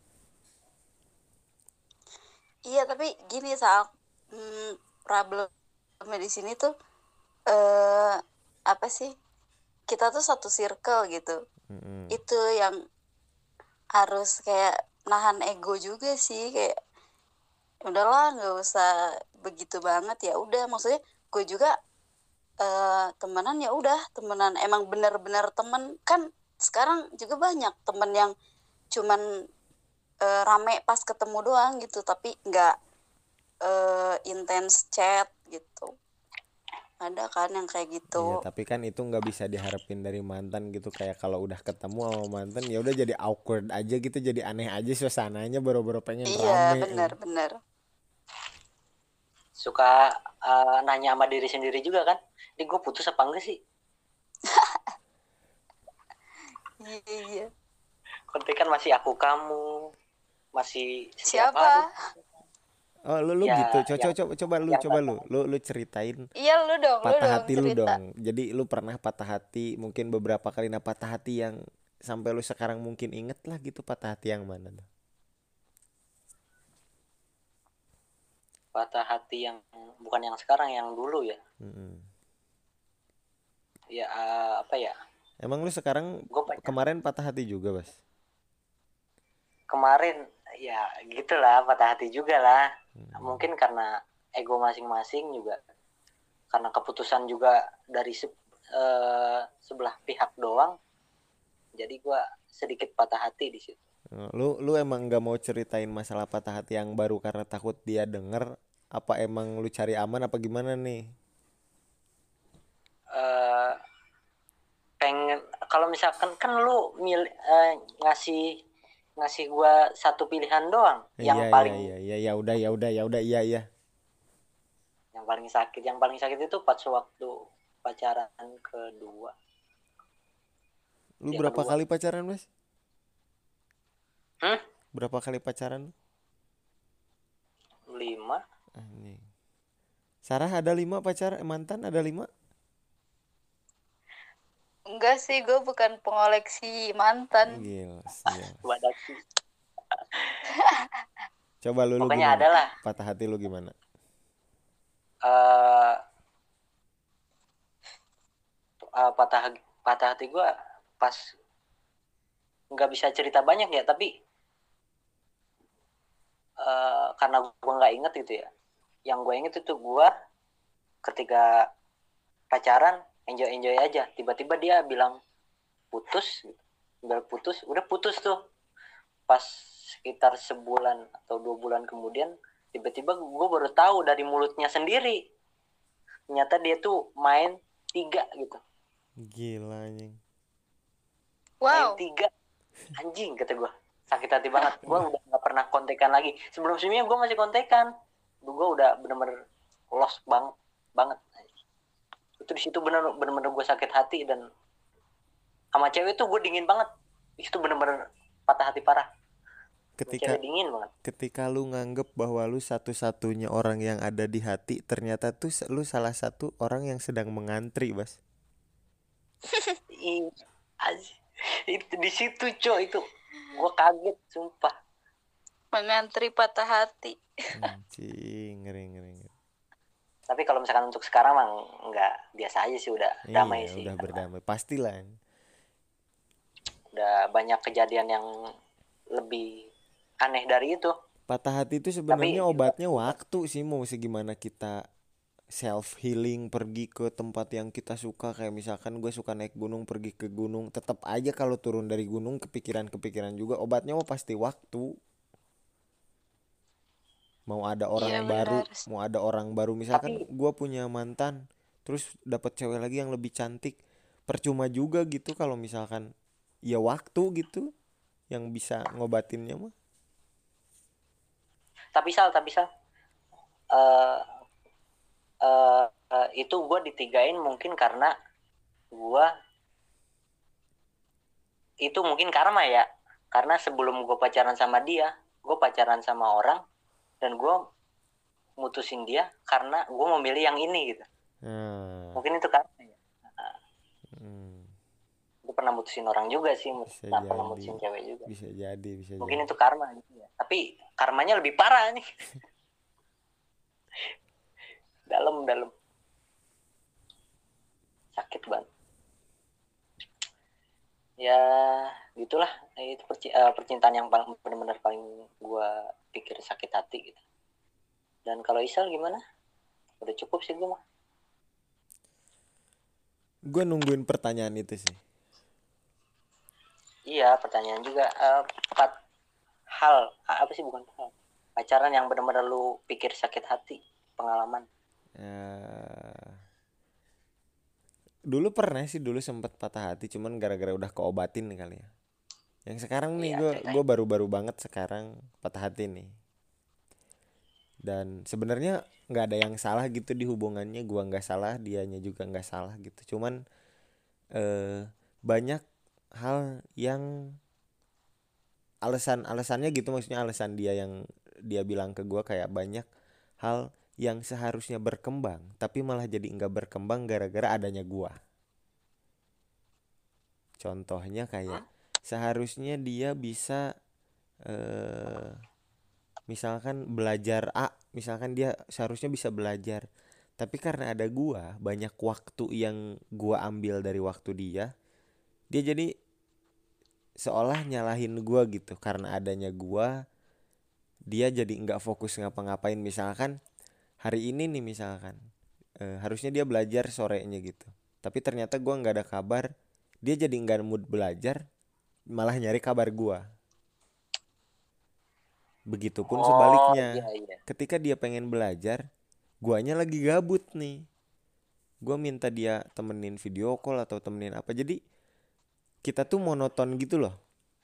Iya, tapi gini Sal, hmm, problemnya di sini tuh eh apa sih? Kita tuh satu circle gitu. Mm-mm. Itu yang harus kayak nahan ego juga sih, kayak udahlah nggak usah begitu banget, ya udah. Maksudnya gue juga eh, temenan ya udah temenan, emang benar-benar temen kan. Sekarang juga banyak temen yang cuman eh, rame pas ketemu doang gitu, tapi nggak eh, intens chat gitu. Ada kan yang kayak Iya, gitu. tapi kan itu nggak bisa diharapin dari mantan gitu. Kayak kalau udah ketemu sama mantan ya udah jadi awkward aja gitu, jadi aneh aja suasananya, boro-boro pengen Iya, rame. benar-benar. Suka uh, nanya sama diri sendiri juga kan, ini gue putus apa enggak sih? Iya, iya. Kontekan masih aku kamu, masih setiap Siapa? hari. Oh, lu lu Ya, gitu. Coba yang, coba coba lu yang coba lu patah. lu lu ceritain Iya, lu dong, lu patah dong hati lu cerita. dong. Jadi lu pernah patah hati mungkin beberapa kali, nah patah hati yang sampai lu sekarang mungkin inget lah gitu, patah hati yang mana tuh? Patah hati yang bukan yang sekarang, yang dulu ya. Mm-mm. Ya uh, apa ya? Emang lu sekarang Gue pacar kemarin patah hati juga, Bas? kemarin ya gitulah, patah hati juga lah. Hmm. Mungkin karena ego masing-masing juga, karena keputusan juga dari se- uh, sebelah pihak doang, jadi gue sedikit patah hati di situ. Lu lu emang nggak mau ceritain masalah patah hati yang baru karena takut dia denger? Apa emang lu cari aman apa gimana nih? Uh, pengen kalau misalkan kan lu mil, uh, ngasih ngasih gue satu pilihan doang, yang Iya paling iya iya ya udah ya udah ya udah iya iya. yang paling sakit, yang paling sakit itu pas waktu pacaran kedua. Lu Ya, berapa kedua. kali pacaran, Mas? Hmm? Berapa kali pacaran? Lima. Anjing. Sarah ada lima pacar, eh, mantan ada lima? Enggak sih, gue bukan pengoleksi mantan. Gila, sial. Wadaki. Coba lu, lu Pokoknya gimana? adalah Patah hati lu gimana? uh, uh, patah patah hati gue pas nggak bisa cerita banyak ya, tapi uh, karena gue nggak inget gitu ya. Yang gue inget itu gue ketika pacaran enjoy enjoy aja, tiba-tiba dia bilang putus, bilang putus, udah putus tuh. Pas sekitar sebulan atau dua bulan kemudian, tiba-tiba gue baru tahu dari mulutnya sendiri, ternyata dia tuh main tiga gitu. Gila anjing. Wow. Main tiga, anjing kata gue, sakit hati banget. Gue udah nggak pernah kontekan lagi. Sebelum sebelumnya gue masih kontekan, gue udah bener-bener lost banget banget. Itu di situ bener bener gue sakit hati, dan sama cewek tuh gue dingin banget. Itu bener-bener patah hati parah. Ketika dingin banget. Ketika lu nganggep bahwa lu satu-satunya orang yang ada di hati, ternyata tuh lu salah satu orang yang sedang mengantri, Bas. Itu di situ, Cok, itu gue kaget sumpah. Mengantri patah hati. Anjing, ngeri ngeri. Tapi kalau misalkan untuk sekarang mah nggak, biasa aja sih, udah damai iya, sih. Udah berdamai, pastilah. Udah banyak kejadian yang lebih aneh dari itu. Patah hati itu sebenarnya Tapi, obatnya waktu sih, mau segimana kita self healing, pergi ke tempat yang kita suka. Kayak misalkan gue suka naik gunung, pergi ke gunung. Tetap aja kalau turun dari gunung kepikiran-kepikiran juga. Obatnya mah pasti waktu. Mau ada orang Iya, baru, benar. mau ada orang baru. Misalkan Tapi- gue punya mantan, terus dapat cewek lagi yang lebih cantik, percuma juga gitu kalau misalkan ya waktu gitu yang bisa ngobatinnya mah. tapi Sal, tapi Sal, uh, uh, uh, itu gue ditigain mungkin karena gue itu mungkin karma ya. Karena sebelum gue pacaran sama dia, gue pacaran sama orang, dan gue mutusin dia karena gue memilih yang ini gitu. Nah, Mungkin itu karma ya. hmm, Gue pernah mutusin orang juga sih, bisa nggak pernah jadi, mutusin cewek juga. bisa jadi, bisa Mungkin jadi. itu karma gitu ya. Tapi karmanya lebih parah nih. dalam dalam sakit banget. Ya gitulah, itu perci- uh, percintaan yang paling benar-benar paling gue pikir sakit hati gitu. Dan kalau Isal gimana? Udah cukup sih gue mah. Gue nungguin pertanyaan itu sih. Iya, pertanyaan juga. Uh, empat hal apa sih, bukan hal, pacaran yang benar-benar lu pikir sakit hati, pengalaman. Uh, dulu pernah sih, dulu sempet patah hati, cuman gara-gara udah keobatin nih kali ya. Yang sekarang nih gue Iya, gue baru-baru banget sekarang patah hati nih. Dan sebenarnya nggak ada yang salah gitu di hubungannya, gue nggak salah, dianya juga nggak salah gitu. Cuman eh, banyak hal yang alasan-alasannya gitu, maksudnya alasan dia yang dia bilang ke gue kayak banyak hal yang seharusnya berkembang tapi malah jadi nggak berkembang gara-gara adanya gue. Contohnya kayak seharusnya dia bisa eh, misalkan belajar A, misalkan dia seharusnya bisa belajar, tapi karena ada gua, banyak waktu yang gua ambil dari waktu dia, dia jadi seolah nyalahin gua gitu. Karena adanya gua dia jadi nggak fokus ngapa-ngapain. Misalkan hari ini nih misalkan eh, harusnya dia belajar sorenya gitu, tapi ternyata gua nggak ada kabar, dia jadi nggak mood belajar, malah nyari kabar gua. Begitupun Oh iya sebaliknya, iya. ketika dia pengen belajar, guanya lagi gabut nih, gua minta dia temenin video call atau temenin apa, jadi kita tuh monoton gitu loh.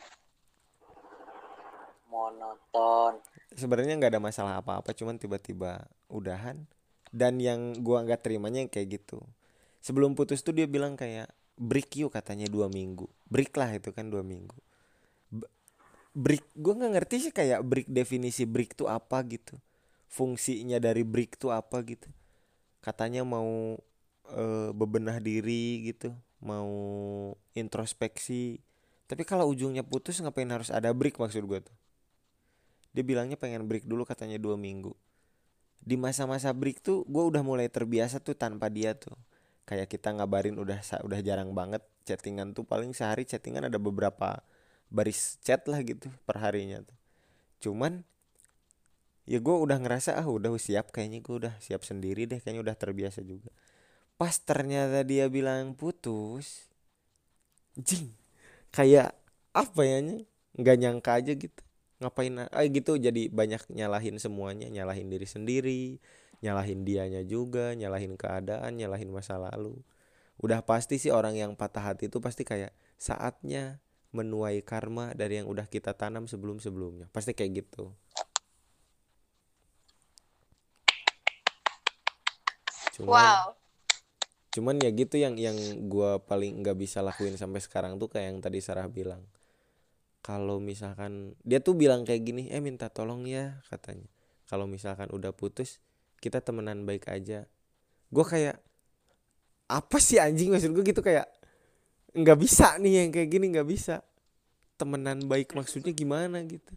Monoton. Sebenarnya nggak ada masalah apa-apa, cuman tiba-tiba udahan. Dan yang gua nggak terimanya yang kayak gitu. Sebelum putus tuh dia bilang kayak break yuk, katanya dua minggu. Break lah itu kan dua minggu. B- break, gua nggak ngerti sih kayak break, definisi break tuh apa gitu. Fungsinya dari break tuh apa gitu. Katanya mau eh, bebenah diri gitu, mau introspeksi. Tapi kalau ujungnya putus ngapain harus ada break, maksud gua tuh. Dia bilangnya pengen break dulu katanya dua minggu. Di masa-masa break tuh gue udah mulai terbiasa tuh tanpa dia tuh. Kayak kita ngabarin udah udah jarang banget, chattingan tuh paling sehari chattingan ada beberapa baris chat lah gitu per harinya tuh. Cuman ya gue udah ngerasa ah udah siap, kayaknya gue udah siap sendiri deh, kayaknya udah terbiasa juga. Pas ternyata dia bilang putus, jing, kayak apa ya, nggak nyangka aja gitu. Ngapain ah gitu, jadi banyak nyalahin semuanya, nyalahin diri sendiri, nyalahin dianya juga, nyalahin keadaan, nyalahin masa lalu. Udah pasti sih orang yang patah hati itu pasti kayak saatnya menuai karma dari yang udah kita tanam sebelum-sebelumnya, pasti kayak gitu. Cuman Wow. cuman ya gitu, yang yang gua paling nggak bisa lakuin sampai sekarang tuh kayak yang tadi Sarah bilang. Kalau misalkan dia tuh bilang kayak gini, eh minta tolong ya katanya, kalau misalkan udah putus kita temenan baik aja. Gue kayak apa sih anjing, maksud gue gitu, kayak nggak bisa nih yang kayak gini, nggak bisa temenan baik, maksudnya gimana gitu.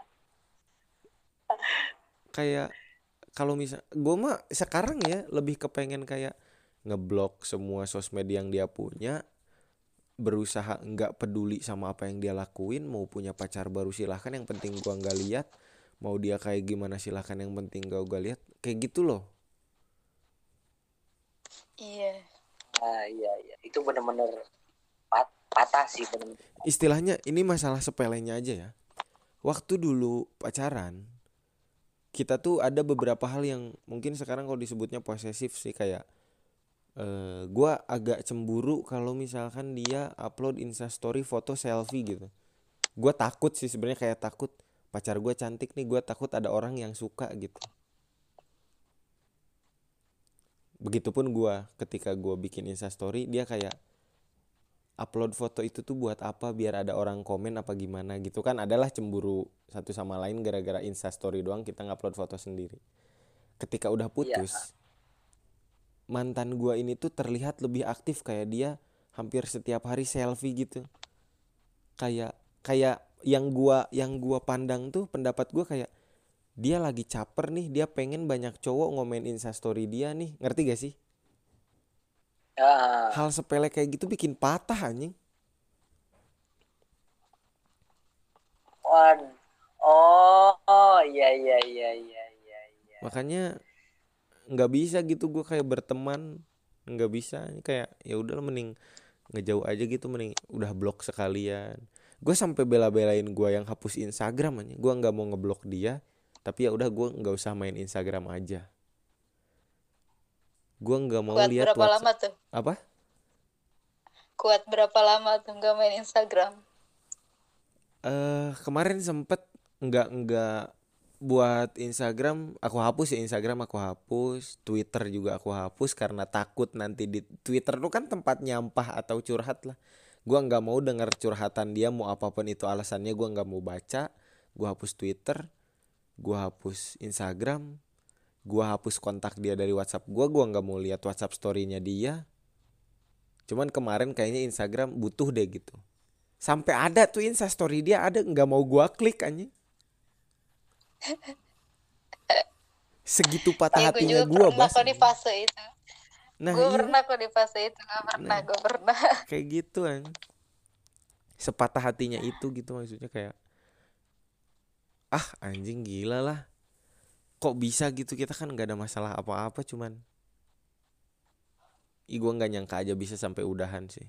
Kayak kalau misal gue mah sekarang ya lebih kepengen kayak ngeblok semua sosmed yang dia punya, berusaha nggak peduli sama apa yang dia lakuin. Mau punya pacar baru silahkan, yang penting gua nggak lihat. Mau dia kayak gimana silahkan, yang penting gak gua lihat, kayak gitu loh. Iya. Ah iya iya. Itu benar-benar pat patah sih benar. Istilahnya ini masalah sepelenya aja ya. Waktu dulu pacaran, kita tuh ada beberapa hal yang mungkin sekarang kalau disebutnya posesif sih, kayak eh, gua agak cemburu kalau misalkan dia upload instastory foto selfie gitu. Gue takut sih sebenarnya, kayak takut pacar gue cantik nih, gue takut ada orang yang suka gitu. Begitupun gue, ketika gue bikin instastory dia kayak upload foto itu tuh buat apa, biar ada orang komen apa gimana gitu kan. Adalah cemburu satu sama lain gara-gara instastory doang kita ngupload foto sendiri. Ketika udah Iya. putus, mantan gue ini tuh terlihat lebih aktif, kayak dia hampir setiap hari selfie gitu. Kayak kayak yang gua yang gua pandang tuh, pendapat gua kayak dia lagi caper nih, dia pengen banyak cowok ngomen instastory dia nih, ngerti gak sih? Ah. Hal sepele kayak gitu bikin patah anjing. Wad. Oh, oh iya iya iya iya iya iya. Makanya nggak bisa gitu gue kayak berteman, nggak bisa, kayak ya udah mending ngejauh aja gitu, mending udah blok sekalian. Gue sampai bela-belain gue yang hapus Instagram aja, gue nggak mau ngeblok dia, tapi ya udah gue nggak usah main Instagram aja. Gue nggak mau Kuat lihat berapa lama tuh? apa? Kuat berapa lama tuh nggak main Instagram? Eh kemarin sempet nggak nggak buat Instagram, aku hapus ya, Instagram aku hapus, Twitter juga aku hapus karena takut nanti di Twitter tuh kan tempat nyampah atau curhat lah. Gua nggak mau denger curhatan dia, mau apapun itu alasannya gua nggak mau baca. Gua hapus Twitter, gua hapus Instagram, gua hapus kontak dia dari WhatsApp gua, gua nggak mau lihat WhatsApp story-nya dia. Cuman kemarin kayaknya Instagram butuh deh gitu. Sampai ada tuh Insta story dia ada, nggak mau gua klik anjing. Segitu patah Iya, gue hatinya juga gua pernah Bas. kok di fase itu. Nah Gue iya, pernah kok di fase itu, nggak pernah, nah gue pernah. kayak gitu kan. Sepatah hatinya itu gitu, maksudnya kayak ah anjing gila lah, kok bisa gitu, kita kan nggak ada masalah apa-apa, cuman ih gue nggak nyangka aja bisa sampai udahan sih.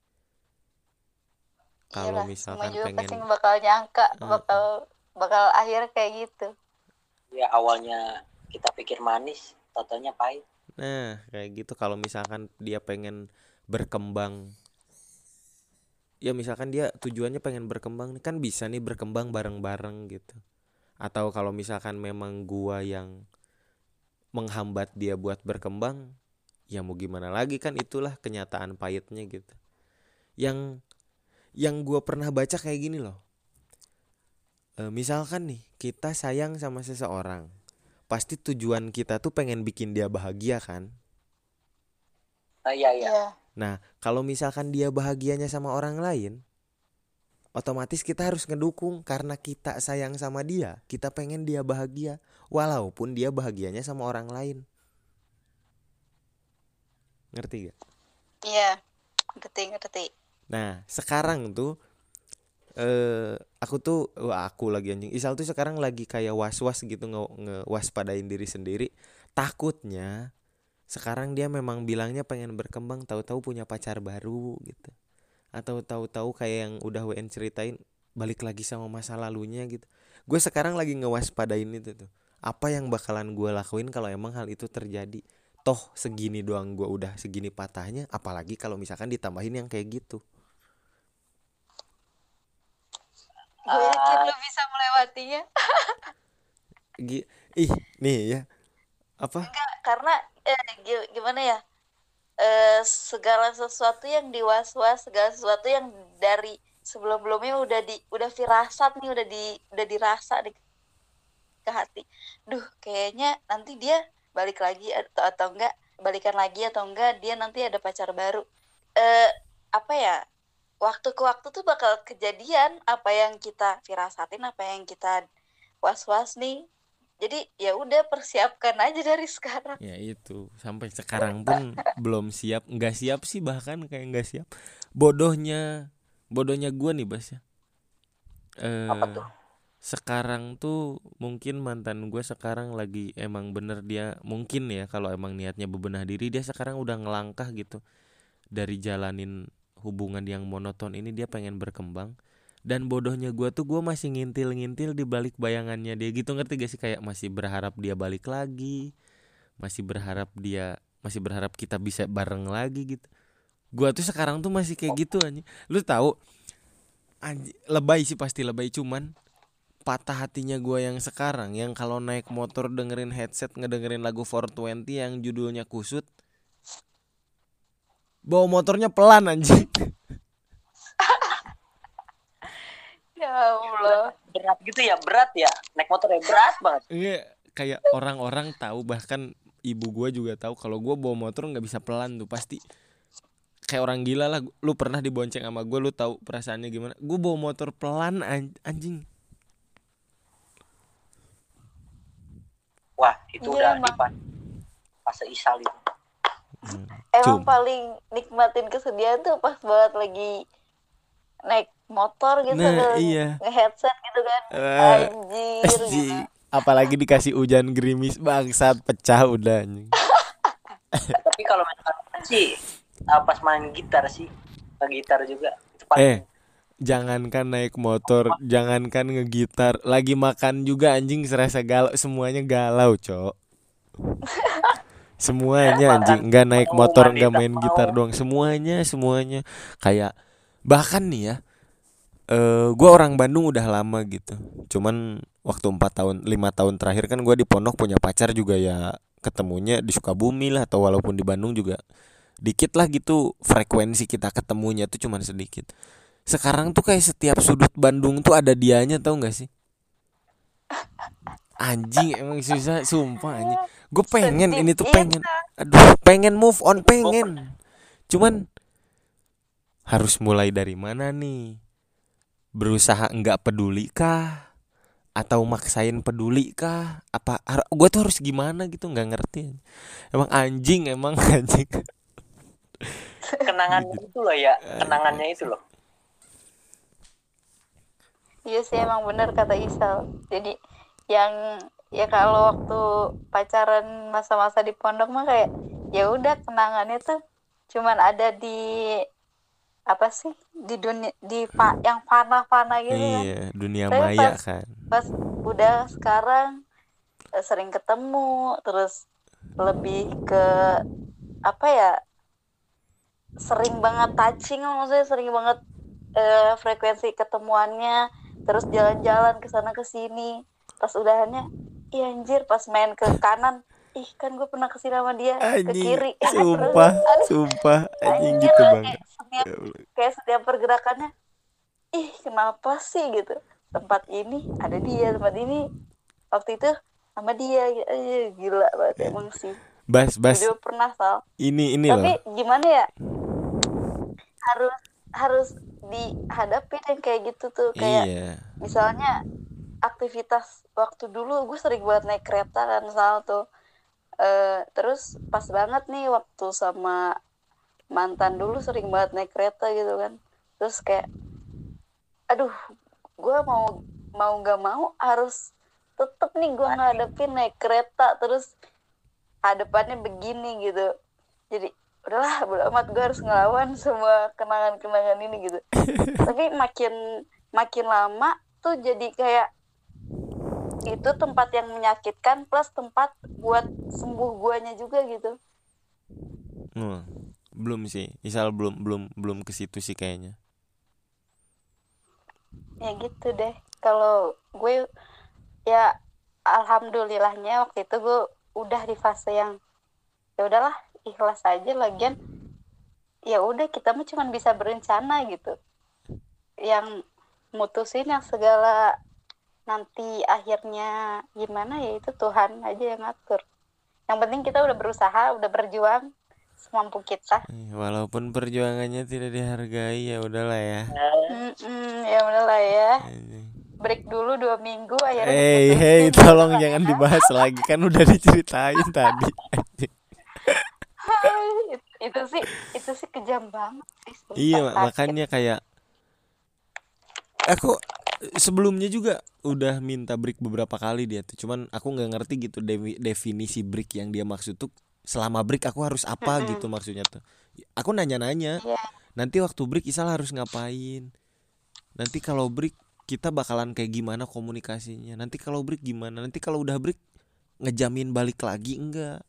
Kalau Iyalah, semua misalkan juga pasti pengen bakal nyangka uh, bakal bakal akhir kayak gitu. Ya awalnya kita pikir manis, totalnya pahit. nah kayak gitu. Kalau misalkan dia pengen berkembang, ya misalkan dia tujuannya pengen berkembang nih, kan bisa nih berkembang bareng-bareng gitu. Atau kalau misalkan memang gua yang menghambat dia buat berkembang, ya mau gimana lagi, kan itulah kenyataan pahitnya gitu. Yang yang gua pernah baca kayak gini loh. E, misalkan nih kita sayang sama seseorang, pasti tujuan kita tuh pengen bikin dia bahagia kan. Ah, iya iya. Iya. Nah kalau misalkan dia bahagianya sama orang lain, otomatis kita harus ngedukung karena kita sayang sama dia, kita pengen dia bahagia walaupun dia bahagianya sama orang lain. Ngerti gak? Iya, ngerti ngerti. Nah sekarang tuh eh aku tuh wah aku lagi anjing Isal tuh sekarang lagi kayak was-was gitu, nge ngewaspadain diri sendiri. Takutnya sekarang dia memang bilangnya pengen berkembang, tahu-tahu punya pacar baru gitu. Atau tahu-tahu kayak yang udah W N ceritain balik lagi sama masa lalunya gitu. Gue sekarang lagi ngewaspadain itu tuh. Apa yang bakalan gue lakuin kalau emang hal itu terjadi? Toh segini doang gue udah segini patahnya, apalagi kalau misalkan ditambahin yang kayak gitu. Gue yakin Ah, lu bisa melewatinya. Gi- ih nih ya apa? Enggak, karena eh, gi- gimana ya? Eh, segala sesuatu yang diwas-was, segala sesuatu yang dari sebelum-belumnya udah di udah firasat nih, udah di udah dirasa di ke hati. Duh, kayaknya nanti dia balik lagi atau atau enggak, balikan lagi atau enggak dia nanti ada pacar baru. Eh, apa ya? Waktu ke waktu tuh bakal kejadian apa yang kita firasatin, apa yang kita was-was nih. Jadi ya udah persiapkan aja dari sekarang. Ya itu sampai sekarang pun belum siap, nggak siap sih, bahkan kayak nggak siap. Bodohnya, bodohnya gue nih Bas ya. apa Eh tuh? sekarang tuh mungkin mantan gue sekarang lagi emang bener dia mungkin ya, kalau emang niatnya bebenah diri, dia sekarang udah ngelangkah gitu dari jalanin hubungan yang monoton ini, dia pengen berkembang. Dan bodohnya gue tuh gue masih ngintil-ngintil di balik bayangannya dia gitu, ngerti gak sih, kayak masih berharap dia balik lagi, masih berharap dia masih berharap kita bisa bareng lagi gitu. Gua tuh sekarang tuh masih kayak gitu anjing. Lu tahu anjing, lebay sih pasti lebay, cuman patah hatinya gua yang sekarang, yang kalau naik motor dengerin headset ngedengerin lagu four twenty yang judulnya Kusut, bawa motornya pelan anjing. Ya Allah. Berat gitu ya, berat ya. Naik motor ya berat banget. Iya, kayak orang-orang tahu, bahkan ibu gua juga tahu kalau gua bawa motor nggak bisa pelan tuh, pasti kayak orang gila lah. Lu pernah dibonceng sama gua, lu tahu perasaannya gimana. Gua bawa motor pelan anjing. Wah, itu Iya, udah di emang. pas fase Isal itu. Hmm. Emang Cum. paling nikmatin kesedihan tuh pas banget lagi naik motor gitu, Nah dan iya, nge-headset gitu kan. Eh, Anjir gitu. anjing. Apalagi dikasih hujan gerimis, bangsat, pecah udah anjing. Nah, tapi kalau misalkan sih uh, pas main gitar sih, gitar juga itu paling Eh, jangankan naik motor, jangankan ngegitar, lagi makan juga anjing serasa galau, semuanya galau, Cok. Semuanya makan anjing, nggak naik mau motor, mandi nggak tak main mau. gitar doang, semuanya, semuanya. Kayak bahkan nih ya, eh gue orang Bandung udah lama gitu. Cuman waktu empat tahun, lima tahun terakhir kan gue di Pondok punya pacar juga ya, ketemunya di Sukabumi lah, atau walaupun di Bandung juga dikit lah gitu, frekuensi kita ketemunya tuh cuman sedikit. Sekarang tuh kayak setiap sudut Bandung tuh ada dianya, tau gak sih? Anjing emang susah, sumpah anjing. Gue pengen Sedih. ini tuh Iya, pengen, aduh pengen move on, pengen. Cuman harus mulai dari mana nih? Berusaha nggak peduli kah? Atau maksain peduli kah? Apa gue tuh harus gimana gitu, nggak ngerti. Emang anjing, emang anjing. Kenangannya Gitu. itu loh ya, kenangannya itu loh. Iya sih emang benar kata Isal. Jadi yang ya kalau waktu pacaran masa-masa di pondok mah kayak ya udah kenangannya tuh cuman ada di apa sih di dunia di pa, yang fana-fana gitu kan. Iya, dunia Tapi maya pas kan. pas udah sekarang eh, sering ketemu terus lebih ke apa ya sering banget touching maksudnya sering banget eh, frekuensi ketemuannya terus jalan-jalan ke sana ke sini pas udahannya iya anjir pas main ke kanan ih kan gue pernah kesini sama dia ke Anjing, kiri terus sumpah, aduh sumpah, anjing anjir gitu kayak banget. setiap Ya Allah. kayak setiap pergerakannya ih kenapa sih gitu tempat ini ada dia tempat ini waktu itu sama dia eh, gila banget emang sih Bas, gue bas, juga pernah Sal ini ini loh. tapi gimana ya harus harus dihadapi yang kayak gitu tuh kayak Iya. misalnya aktivitas waktu dulu gue sering banget naik kereta kan Sal tuh Eh, terus pas banget nih waktu sama mantan dulu sering banget naik kereta gitu kan terus kayak aduh gue mau mau nggak mau harus tetep nih gue ngadepin naik kereta terus hadapannya begini gitu jadi udahlah bodo amat gue harus ngelawan semua kenangan-kenangan ini gitu tapi makin makin lama tuh jadi kayak itu tempat yang menyakitkan plus tempat buat sembuh guanya juga gitu Hmm, belum sih. Isal belum belum belum ke situ sih kayaknya. ya gitu deh kalau gue ya alhamdulillahnya waktu itu gue udah di fase yang ya udahlah ikhlas aja lagian ya udah kita mah cuma bisa berencana gitu yang mutusin yang segala nanti akhirnya gimana ya itu Tuhan aja yang ngatur yang penting kita udah berusaha udah berjuang semampu kita Eh, Walaupun perjuangannya tidak dihargai ya udahlah ya. Mm-mm, ya udahlah ya Anjing. break dulu dua minggu akhirnya Hey, hey, diputusin tolong gitu jangan kan ya. dibahas lagi kan udah diceritain tadi. Anjing. itu, itu sih itu sih kejam banget sih sumpah, Iya, sakit. makanya kayak aku sebelumnya juga udah minta break beberapa kali dia tuh. Cuman aku nggak ngerti gitu devi- definisi break yang dia maksud tuh selama break aku harus apa Mm-mm. gitu maksudnya tuh. Aku nanya-nanya. Iya. Nanti waktu break Isal harus ngapain? Nanti kalau break kita bakalan kayak gimana komunikasinya? Nanti kalau break gimana? Nanti kalau udah break ngejamin balik lagi enggak?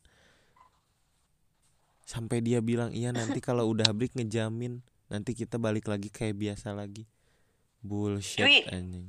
Sampai dia bilang iya nanti kalau udah break ngejamin nanti kita balik lagi kayak biasa lagi. Bullshit Cuy. anjing.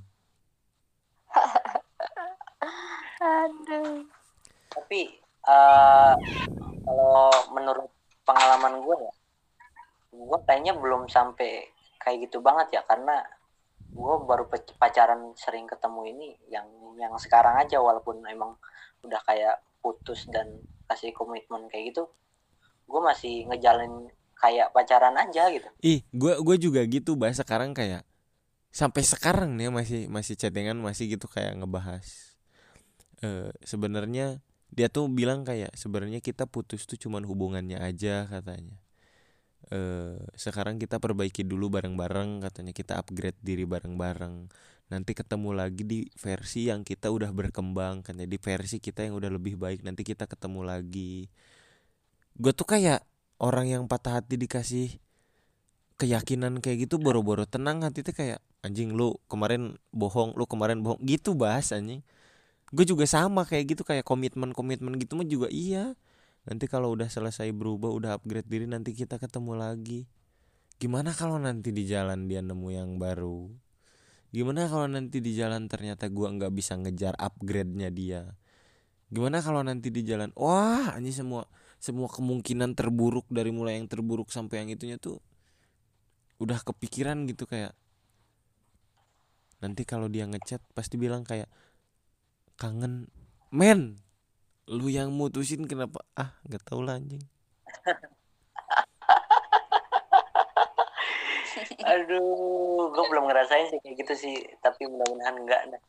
Aduh. Tapi eh, kalau menurut pengalaman gue ya, gue kayaknya belum sampai kayak gitu banget ya karena gue baru pacaran sering ketemu ini yang yang sekarang aja walaupun emang udah kayak putus dan kasih komitmen kayak gitu, gue masih ngejalin kayak pacaran aja gitu. Ih, gue gue juga gitu bahas sekarang kayak sampai sekarang nih masih masih chattingan masih gitu kayak ngebahas. Eh sebenarnya dia tuh bilang kayak sebenarnya kita putus tuh cuman hubungannya aja katanya. Eh sekarang kita perbaiki dulu bareng-bareng katanya kita upgrade diri bareng-bareng. Nanti ketemu lagi di versi yang kita udah berkembang kan jadi versi kita yang udah lebih baik nanti kita ketemu lagi. Gue tuh kayak orang yang patah hati dikasih keyakinan kayak gitu boro-boro tenang hati tuh kayak anjing lu kemarin bohong lu kemarin bohong gitu bahas anjing. Gue juga sama kayak gitu kayak komitmen-komitmen gitu mah juga iya. Nanti kalau udah selesai berubah udah upgrade diri nanti kita ketemu lagi. Gimana kalau nanti di jalan dia nemu yang baru? Gimana kalau nanti di jalan ternyata gua nggak bisa ngejar upgrade-nya dia? Gimana kalau nanti di jalan wah ini semua semua kemungkinan terburuk dari mulai yang terburuk sampai yang itunya tuh udah kepikiran gitu kayak nanti kalau dia ngechat pasti bilang kayak kangen men lu yang mutusin kenapa ah nggak tahu lah anjing. Aduh, gue belum ngerasain sih kayak gitu sih, tapi mudah-mudahan enggak dah.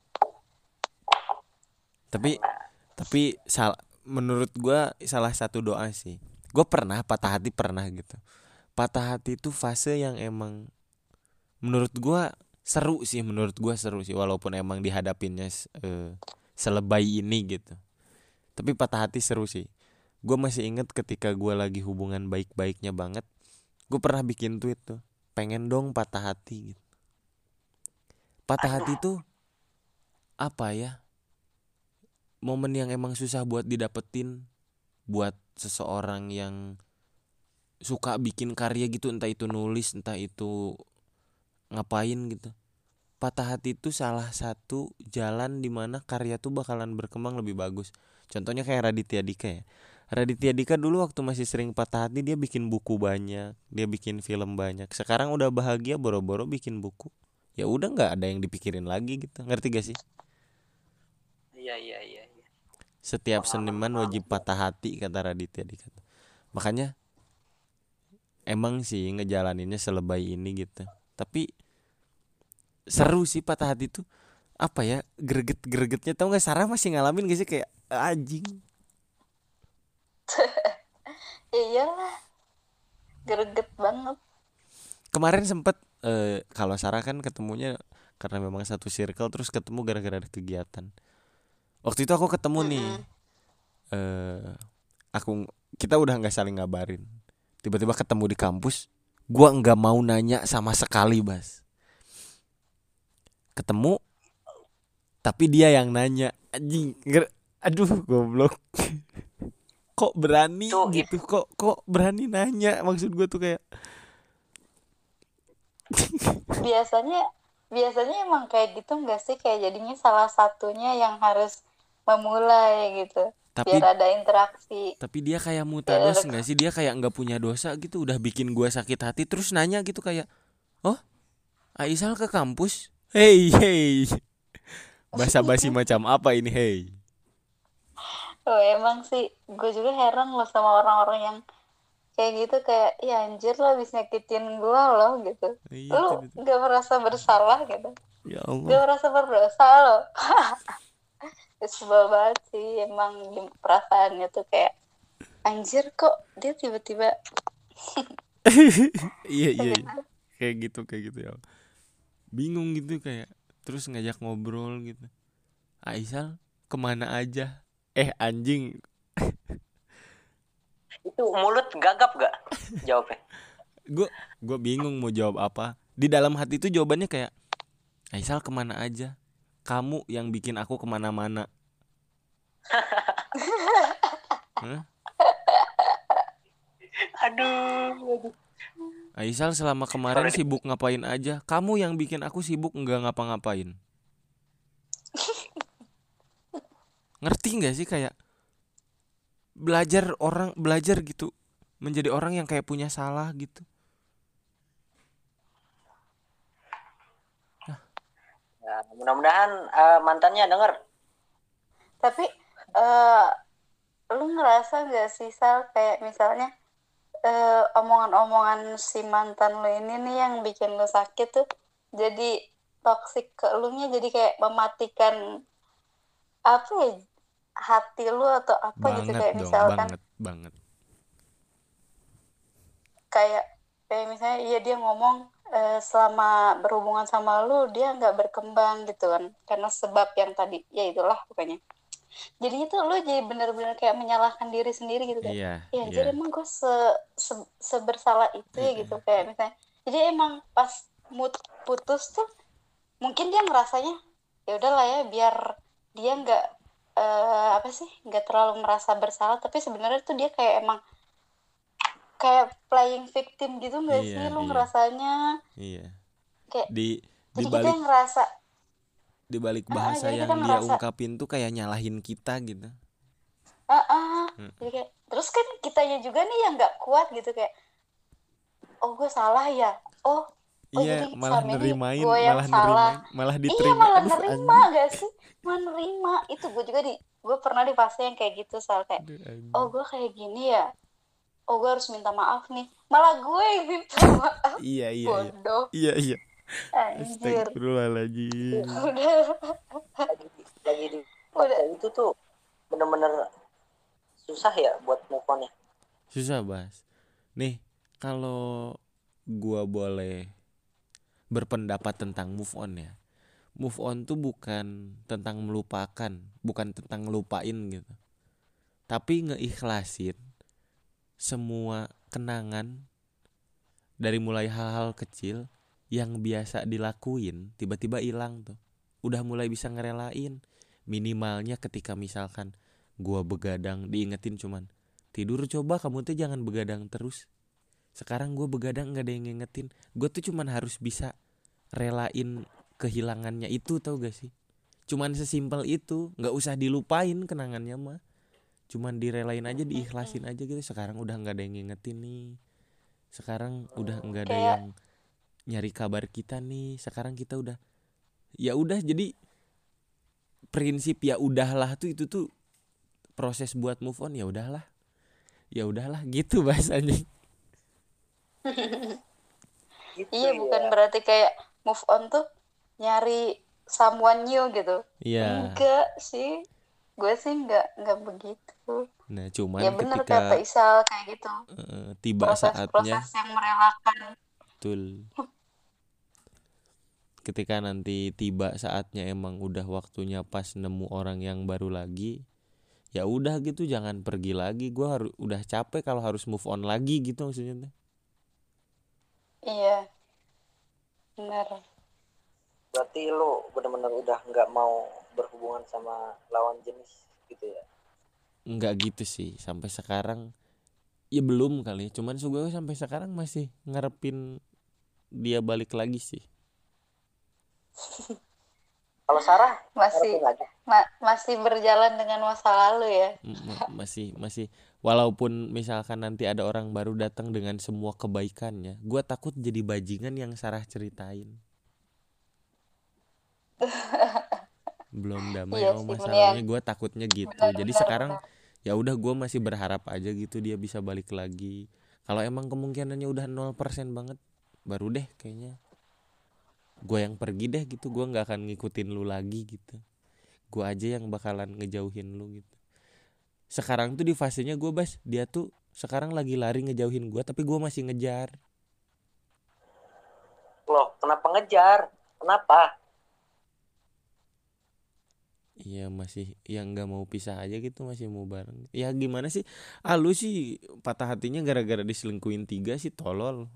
Tapi tapi sal menurut gua salah satu doa sih. Gue pernah patah hati pernah gitu. Patah hati itu fase yang emang menurut gua seru sih menurut gue, seru sih walaupun emang dihadapinnya uh, selebay ini gitu. Tapi patah hati seru sih. Gue masih inget ketika gue lagi hubungan baik-baiknya banget, gue pernah bikin tweet tuh, pengen dong patah hati gitu. Patah Aduh. hati tuh apa ya, momen yang emang susah buat didapetin buat seseorang yang suka bikin karya gitu, entah itu nulis, entah itu ngapain gitu. Patah hati itu salah satu jalan dimana karya tuh bakalan berkembang lebih bagus. Contohnya kayak Raditya Dika ya. Raditya Dika dulu waktu masih sering patah hati dia bikin buku banyak, dia bikin film banyak. Sekarang udah bahagia boro-boro bikin buku. Ya udah nggak ada yang dipikirin lagi gitu. Ngerti gak sih? Iya iya iya. iya. Setiap Pengalaman seniman pengalaman. wajib patah hati kata Raditya Dika. Makanya emang sih ngejalaninnya selebay ini gitu. Tapi seru sih patah hati tuh. Apa ya, greget-gregetnya, tau gak Sarah masih ngalamin gak sih kayak anjing? Iyalah, greget banget. Kemarin sempet eh, kalau Sarah kan ketemunya karena memang satu circle, terus ketemu gara-gara ada kegiatan. Waktu itu aku ketemu nih, eh, aku kita udah nggak saling ngabarin. Tiba-tiba ketemu di kampus, gua nggak mau nanya sama sekali, Bas. Ketemu, tapi dia yang nanya, anjing, ger- aduh goblok. Kok berani Itu- gitu, kok kok berani nanya, maksud gua tuh kayak biasanya biasanya emang kayak gitu nggak sih, kayak jadinya salah satunya yang harus memulai gitu, tapi biar ada interaksi. tapi dia kayak Biar mutados ada- nggak sih, dia kayak nggak punya dosa gitu, udah bikin gua sakit hati terus nanya gitu kayak, oh Aisal ke kampus, hey hey, basa-basi macam apa ini, hey. Oh, emang sih gue juga heran loh sama orang-orang yang kayak gitu, kayak ya anjir lo habis nyakitin gue loh gitu, Iya, lu itu, itu. gak merasa bersalah gitu, Ya gak Allah. merasa berdosa lo. Sebel banget sih emang perasaannya tuh, kayak anjir kok dia tiba-tiba Iya iya iya. Kayak gitu kayak gitu ya. Bingung gitu kayak, terus ngajak ngobrol gitu. Aisal kemana aja? Eh anjing, Itu mulut gagap gak jawabnya? gue gue bingung mau jawab apa. Di dalam hati itu jawabannya kayak, Aisal kemana aja? Kamu yang bikin aku kemana-mana. Hah? Aduh. Aisal selama kemarin sibuk ngapain aja? Kamu yang bikin aku sibuk nggak ngapa-ngapain. Ngerti nggak sih kayak belajar orang belajar gitu, menjadi orang yang kayak punya salah gitu. Ya, mudah-mudahan uh, mantannya denger. tapi uh, lu ngerasa gak sih Sal, kayak misalnya uh, omongan-omongan si mantan lu ini nih yang bikin lu sakit tuh jadi toksik ke lu nya, jadi kayak mematikan apa ya, hati lu atau apa Banget gitu, kayak dong, misalkan banget banget. kayak kayak misalnya iya dia ngomong eh, selama berhubungan sama lu dia nggak berkembang gitu kan, karena sebab yang tadi ya itulah pokoknya. Jadinya tuh lu jadi bener-bener kayak menyalahkan diri sendiri gitu, kayak Iya, ya iya. jadi emang gue se, se sebersalah itu ya gitu, kayak misalnya jadi emang pas mood putus tuh mungkin dia ngerasanya ya udahlah ya biar dia nggak eh, apa sih nggak terlalu merasa bersalah, tapi sebenarnya tuh dia kayak emang kayak playing victim gitu nggak Iya, sih lu iya. ngerasanya, Iya. kayak Di di jadi kita balik ngerasa di balik ah, bahasa jadi yang kita dia ngerasa ungkapin tuh kayak nyalahin kita gitu. ah, ah. Hmm. Jadi kayak terus kan kitanya juga nih yang nggak kuat gitu, kayak oh gue salah ya, oh oh Iya, jadi malah selama ini nerimain, gue yang malah salah, nerimain, malah iya diterima. malah Aduh, nerima anjing. gak sih, malah nerima. Itu gue juga di gue pernah di fase yang kayak gitu, Sal, kayak Aduh, anjing. oh gue kayak gini ya, oh gue harus minta maaf nih, malah gue yang minta maaf. Iya, iya, iya. Bodoh. Iya, iya. Anjir. Astagfirullahaladzim. Udah. lagi lagi di Udah. fase itu tuh bener-bener susah ya buat move on ya. Susah, Bas. Nih, kalau gua boleh berpendapat tentang move on ya. Move on tuh bukan tentang melupakan, bukan tentang ngelupain gitu. Tapi ngeikhlasin semua kenangan dari mulai hal-hal kecil yang biasa dilakuin tiba-tiba hilang tuh. Udah mulai bisa ngerelain. Minimalnya ketika misalkan gua begadang diingetin cuman, tidur coba kamu tuh jangan begadang terus. Sekarang gua begadang gak ada yang ngingetin. Gua tuh cuman harus bisa relain kehilangannya itu, tau gak sih? Cuman sesimpel itu, gak usah dilupain kenangannya mah. Cuman direlain aja, diikhlasin aja gitu. Sekarang udah gak ada yang ngingetin nih. Sekarang udah gak ada Kayak- yang nyari kabar kita nih. Sekarang kita udah, ya udah, jadi prinsip ya udahlah tuh itu tuh proses buat move on. Ya udahlah, ya udahlah gitu bahasanya. Gitu Iya, ya. bukan berarti kayak move on tuh nyari someone new gitu. Iya. Enggak sih, gue sih enggak enggak begitu. Nah cuman Ya bener ketika kata Isal kayak gitu. uh, tiba saatnya, Proses-proses yang merelakan. betul. Ketika nanti tiba saatnya emang udah waktunya pas nemu orang yang baru lagi, ya udah gitu, jangan pergi lagi. Gue harus udah capek kalau harus move on lagi gitu maksudnya. Iya, benar. Berarti lu benar-benar udah nggak mau berhubungan sama lawan jenis gitu ya? Enggak gitu sih, sampai sekarang ya belum kali. Cuman gue sampai sekarang masih ngarepin dia balik lagi sih. Kalau Sarah Masih ngarepin aja. ma- masih berjalan dengan masa lalu ya. M- masih masih walaupun misalkan nanti ada orang baru datang dengan semua kebaikannya, gue takut jadi bajingan yang Sarah ceritain. Belum damai Iya sama sih, masalahnya, mendingan. gue takutnya gitu. Benar, Jadi benar, sekarang benar. ya udah, gue masih berharap aja gitu dia bisa balik lagi. Kalau emang kemungkinannya udah nol persen banget, baru deh kayaknya gue yang pergi deh gitu. Gue nggak akan ngikutin lu lagi gitu. Gue aja yang bakalan ngejauhin lu gitu. Sekarang tuh di fasenya gue, Bas, dia tuh sekarang lagi lari ngejauhin gue, tapi gue masih ngejar. Loh, kenapa ngejar? Kenapa? Iya, masih yang nggak mau pisah aja gitu, masih mau bareng. Ya gimana sih? Ah lu sih patah hatinya gara-gara diselingkuhin tiga sih, tolol.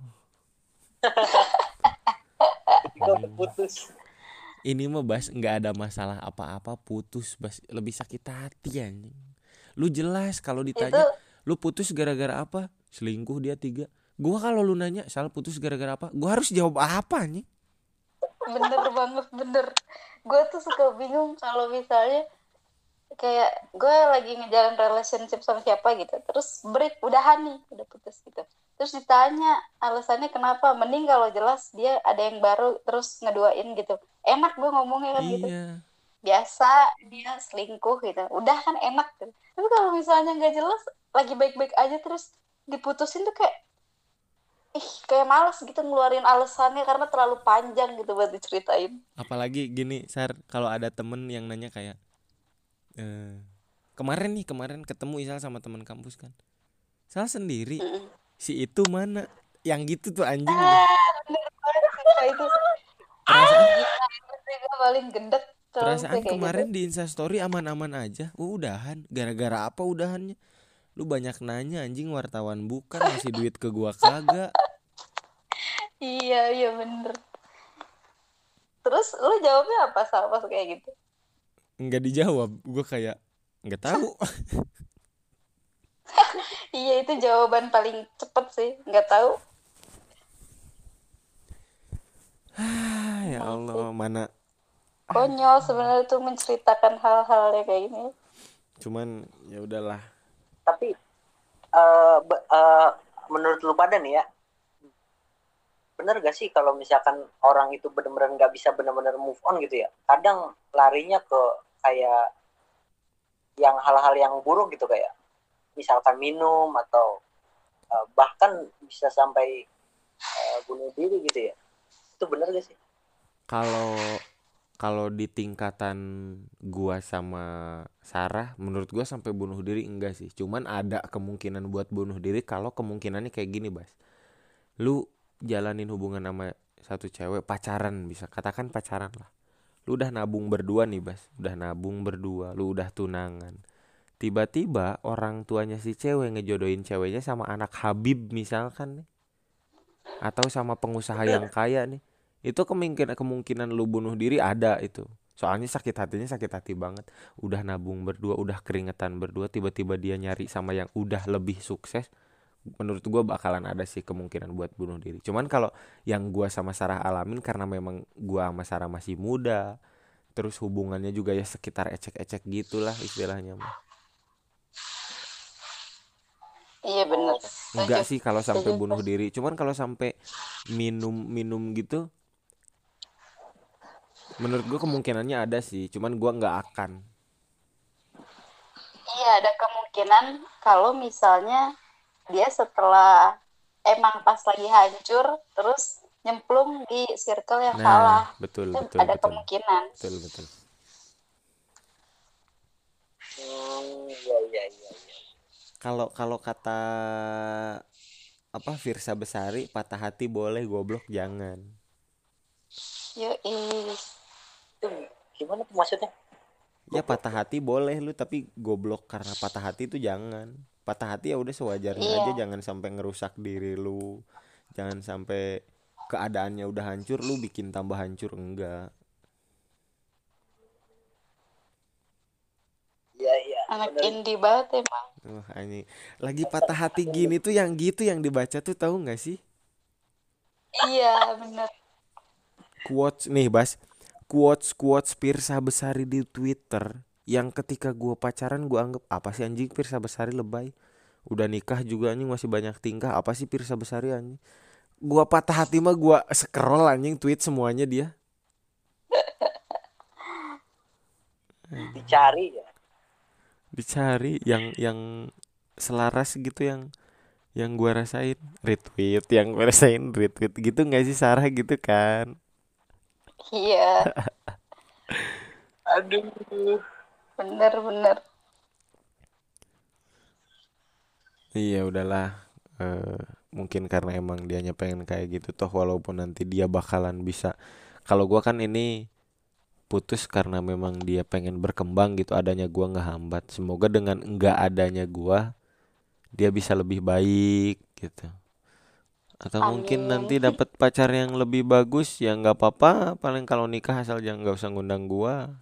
Gue Ini, putus. ini mah Bas nggak ada masalah apa-apa, putus Bas lebih sakit hati anjing. Lu jelas kalau ditanya, Itu lu putus gara-gara apa? Selingkuh dia tiga. Gua kalau lu nanya, Sal putus gara-gara apa? Gua harus jawab apa anjing? bener banget, bener. Gue tuh suka bingung kalau misalnya kayak gue lagi ngejalan relationship sama siapa gitu, terus break, udahan nih, udah putus gitu. Terus ditanya alasannya kenapa, mending kalau jelas dia ada yang baru terus ngeduain gitu. Enak gue ngomongnya kan gitu. Iya. Biasa dia selingkuh gitu, udah kan enak gitu. Tapi kalau misalnya nggak jelas, lagi baik-baik aja terus diputusin tuh kayak ih kayak males gitu ngeluarin alasannya karena terlalu panjang gitu buat diceritain. Apalagi gini, Sar, kalau ada temen yang nanya kayak eh, kemarin nih, kemarin ketemu Isal sama teman kampus kan. Sal sendiri, Mm-mm. si itu mana? Yang gitu tuh anjing. Ah, bener banget sumpah itu. Perasaan Gila, itu sih gue paling gendek kalau perasaan misalnya kayak kemarin gitu. di Instastory aman-aman aja. Oh, udahan. Gara-gara apa udahannya? Lu banyak nanya anjing, wartawan bukan, ngasih duit ke gua kagak. Iya, iya bener. Terus lu jawabnya apa sama pas kayak gitu? Enggak dijawab. Gua kayak enggak tahu. Iya, itu jawaban paling cepet sih, nggak tahu. Ah, ya Allah, mana Konyol sebenarnya tuh menceritakan hal-hal yang kayak gini. cuman ya udahlah. Tapi uh, be- uh, menurut lu pada nih ya, bener gak sih kalau misalkan orang itu benar-benar nggak bisa benar-benar move on gitu ya? Kadang larinya ke kayak yang hal-hal yang buruk gitu, kayak misalkan minum atau uh, bahkan bisa sampai uh, bunuh diri gitu ya. Itu bener gak sih? Kalau kalau di tingkatan gua sama Sarah, menurut gua sampai bunuh diri enggak sih. Cuman ada kemungkinan buat bunuh diri kalau kemungkinannya kayak gini, Bas. Lu jalanin hubungan sama satu cewek pacaran, bisa katakan pacaran lah. Lu udah nabung berdua nih Bas, udah nabung berdua, lu udah tunangan. Tiba-tiba orang tuanya si cewek ngejodohin ceweknya sama anak Habib misalkan nih, atau sama pengusaha yang kaya nih. Itu kemungkinan kemungkinan lu bunuh diri ada itu. Soalnya sakit hatinya sakit hati banget. Udah nabung berdua, udah keringetan berdua, tiba-tiba dia nyari sama yang udah lebih sukses. Menurut gua bakalan ada sih kemungkinan buat bunuh diri. Cuman kalau yang gua sama Sarah alamin karena memang gua sama Sarah masih muda, terus hubungannya juga ya sekitar ecek-ecek gitulah istilahnya mah. Iya bener. Enggak Setuju. sih kalau sampai Setuju, bunuh Bas. diri. Cuman kalau sampai minum-minum gitu, menurut gua kemungkinannya ada sih. Cuman gua nggak akan. Iya ada kemungkinan kalau misalnya dia setelah emang pas lagi hancur terus nyemplung di circle yang Nah, salah. betul Itu betul ada betul. kemungkinan. Betul betul. Hmm, iya iya iya. iya. Kalau kalau kata apa Firsa Besari, patah hati boleh, goblok jangan. Yoi. Itu gimana tuh maksudnya? Ya patah hati boleh lu, tapi goblok karena patah hati itu jangan. Patah hati ya udah sewajarnya Iya. aja, jangan sampai ngerusak diri lu. Jangan sampai keadaannya udah hancur lu bikin tambah hancur, enggak. Iya iya. Anak Bener. indie banget emang. Wah, ini lagi patah hati gini tuh yang gitu yang dibaca tuh tahu nggak sih? Iya bener. Quotes nih, Bas. Quotes quotes Pirsa Besari di Twitter yang ketika gua pacaran gua anggap apa sih anjing Pirsa Besari lebay. Udah nikah juga anjing masih banyak tingkah, apa sih Pirsa Besari anjing. Gua patah hati mah gua scroll anjing tweet semuanya dia. Dicari ya. Dicari yang yang selaras gitu yang yang gua rasain, retweet yang gua rasain retweet gitu nggak sih Sarah gitu kan. Iya Aduh. bener bener. Iya udahlah. Eh, mungkin karena emang dianya pengen kayak gitu toh walaupun nanti dia bakalan bisa. Kalau gua kan ini putus karena memang dia pengen berkembang gitu, adanya gua nggak hambat. Semoga dengan enggak adanya gua dia bisa lebih baik gitu. Atau mungkin nanti Amin. dapat pacar yang lebih bagus ya nggak apa-apa. Paling kalau nikah asal jangan nggak usah ngundang gua.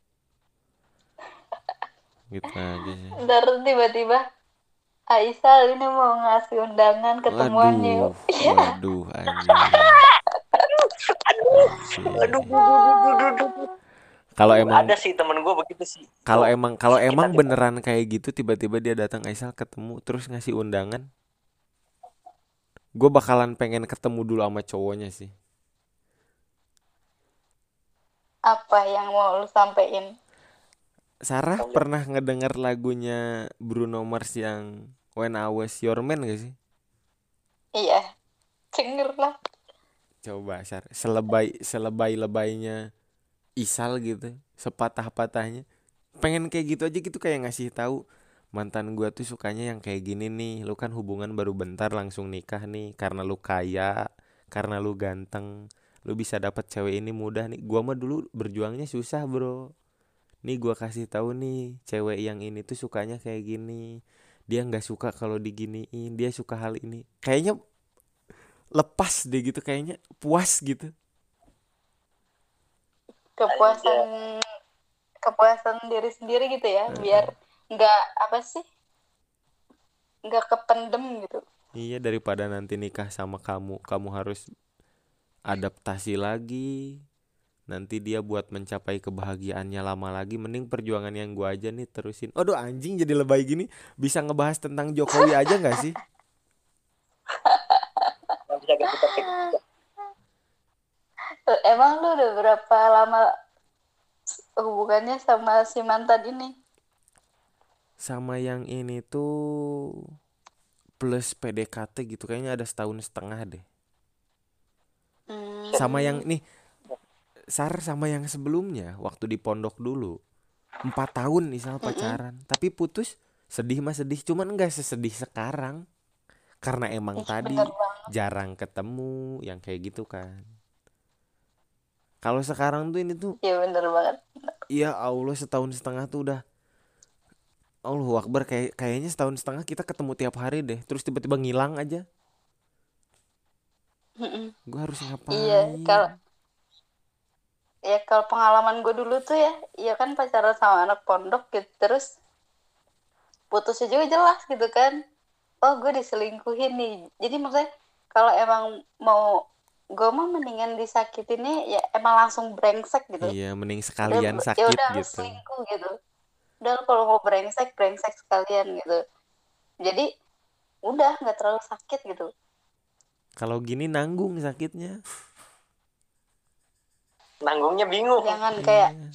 Gitu aja sih. Ntar tiba-tiba Aisyah ini mau ngasih undangan ketemuan Waduh, yuk. Iya. waduh anjing. Aduh, aduh, aduh, aduh, aduh. Kalau emang Ada sih temen gue begitu sih. kalau Tuh, emang kalau kita emang tiba- beneran kayak gitu tiba-tiba dia datang Aisyah ketemu terus ngasih undangan, gue bakalan pengen ketemu dulu sama cowoknya sih. Apa yang mau lu sampein? Sarah Lanjut. pernah ngedenger lagunya Bruno Mars yang When I Was Your Man gak sih? Iya. Denger lah. Coba Sar, selebay selebay-lebaynya Isal gitu, sepatah-patahnya. Pengen kayak gitu aja gitu kayak ngasih tahu mantan gua tuh sukanya yang kayak gini nih. Lu kan hubungan baru bentar langsung nikah nih karena lu kaya, karena lu ganteng. Lu bisa dapat cewek ini mudah nih. Gua mah dulu berjuangnya susah, Bro. Nih gua kasih tahu nih, cewek yang ini tuh sukanya kayak gini. Dia nggak suka kalau diginiin, dia suka hal ini. Kayaknya lepas deh gitu, kayaknya puas gitu. Kepuasan kepuasan diri sendiri gitu ya, biar nggak apa sih? Nggak kependem gitu. Iya, daripada nanti nikah sama kamu, kamu harus adaptasi lagi. Nanti dia buat mencapai kebahagiaannya lama lagi. Mending perjuangan yang gua aja nih terusin. Aduh anjing jadi lebay gini. Bisa ngebahas tentang Jokowi aja gak sih? Yang bisa ganti topik. Emang lu udah berapa lama hubungannya sama si mantan ini? Sama yang ini tuh plus P D K T gitu. Kayaknya ada setahun setengah deh. Hmm. Sama yang nih Sar sama yang sebelumnya waktu di pondok dulu empat tahun misal pacaran, mm-mm. Tapi putus sedih mah sedih, cuman enggak sesedih sekarang karena emang Ih, tadi bener banget. jarang ketemu yang kayak gitu kan. Kalau sekarang tuh ini tuh Iya bener banget. ya Allah setahun setengah tuh udah Allahu Akbar, kayak kayaknya setahun setengah kita ketemu tiap hari deh, terus tiba-tiba ngilang aja. Mm-mm. Gue harus Iya, kalau ngapain? ya kalau pengalaman gue dulu tuh ya, iya kan pacaran sama anak pondok gitu, terus putusnya juga jelas gitu kan. Oh gue diselingkuhin nih. Jadi maksudnya kalau emang mau gue mah mendingan disakitinnya ya emang langsung brengsek gitu. Iya, mending Udah sekalian ya sakit udah harus gitu. selingkuh gitu. Udah kalau mau brengsek brengsek sekalian gitu. Jadi udah nggak terlalu sakit gitu. Kalau gini nanggung sakitnya. Nanggungnya bingung. Jangan kayak Iya.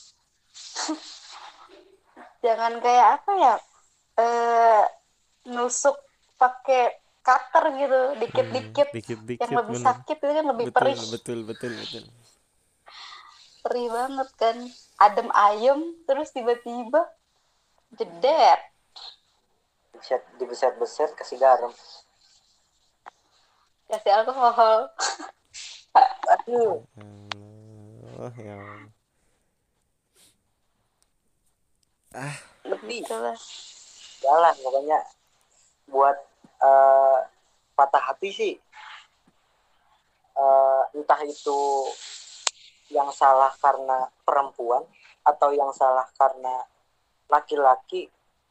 jangan kayak apa ya? Eh nusuk pakai cutter gitu, dikit-dikit. Iya, dikit-dikit Yang lebih bener. sakit itu kan lebih Betul, perih. betul, betul, betul. Perih banget kan. Adem ayem terus tiba-tiba jeder. Dibeset, dibeset-beset kasih garam. Kasih alkohol. Aduh. Allah, ya Allah. Ah, Tapi Itulah. jalan pokoknya buat uh, patah hati sih. Uh, entah itu yang salah karena perempuan atau yang salah karena laki-laki,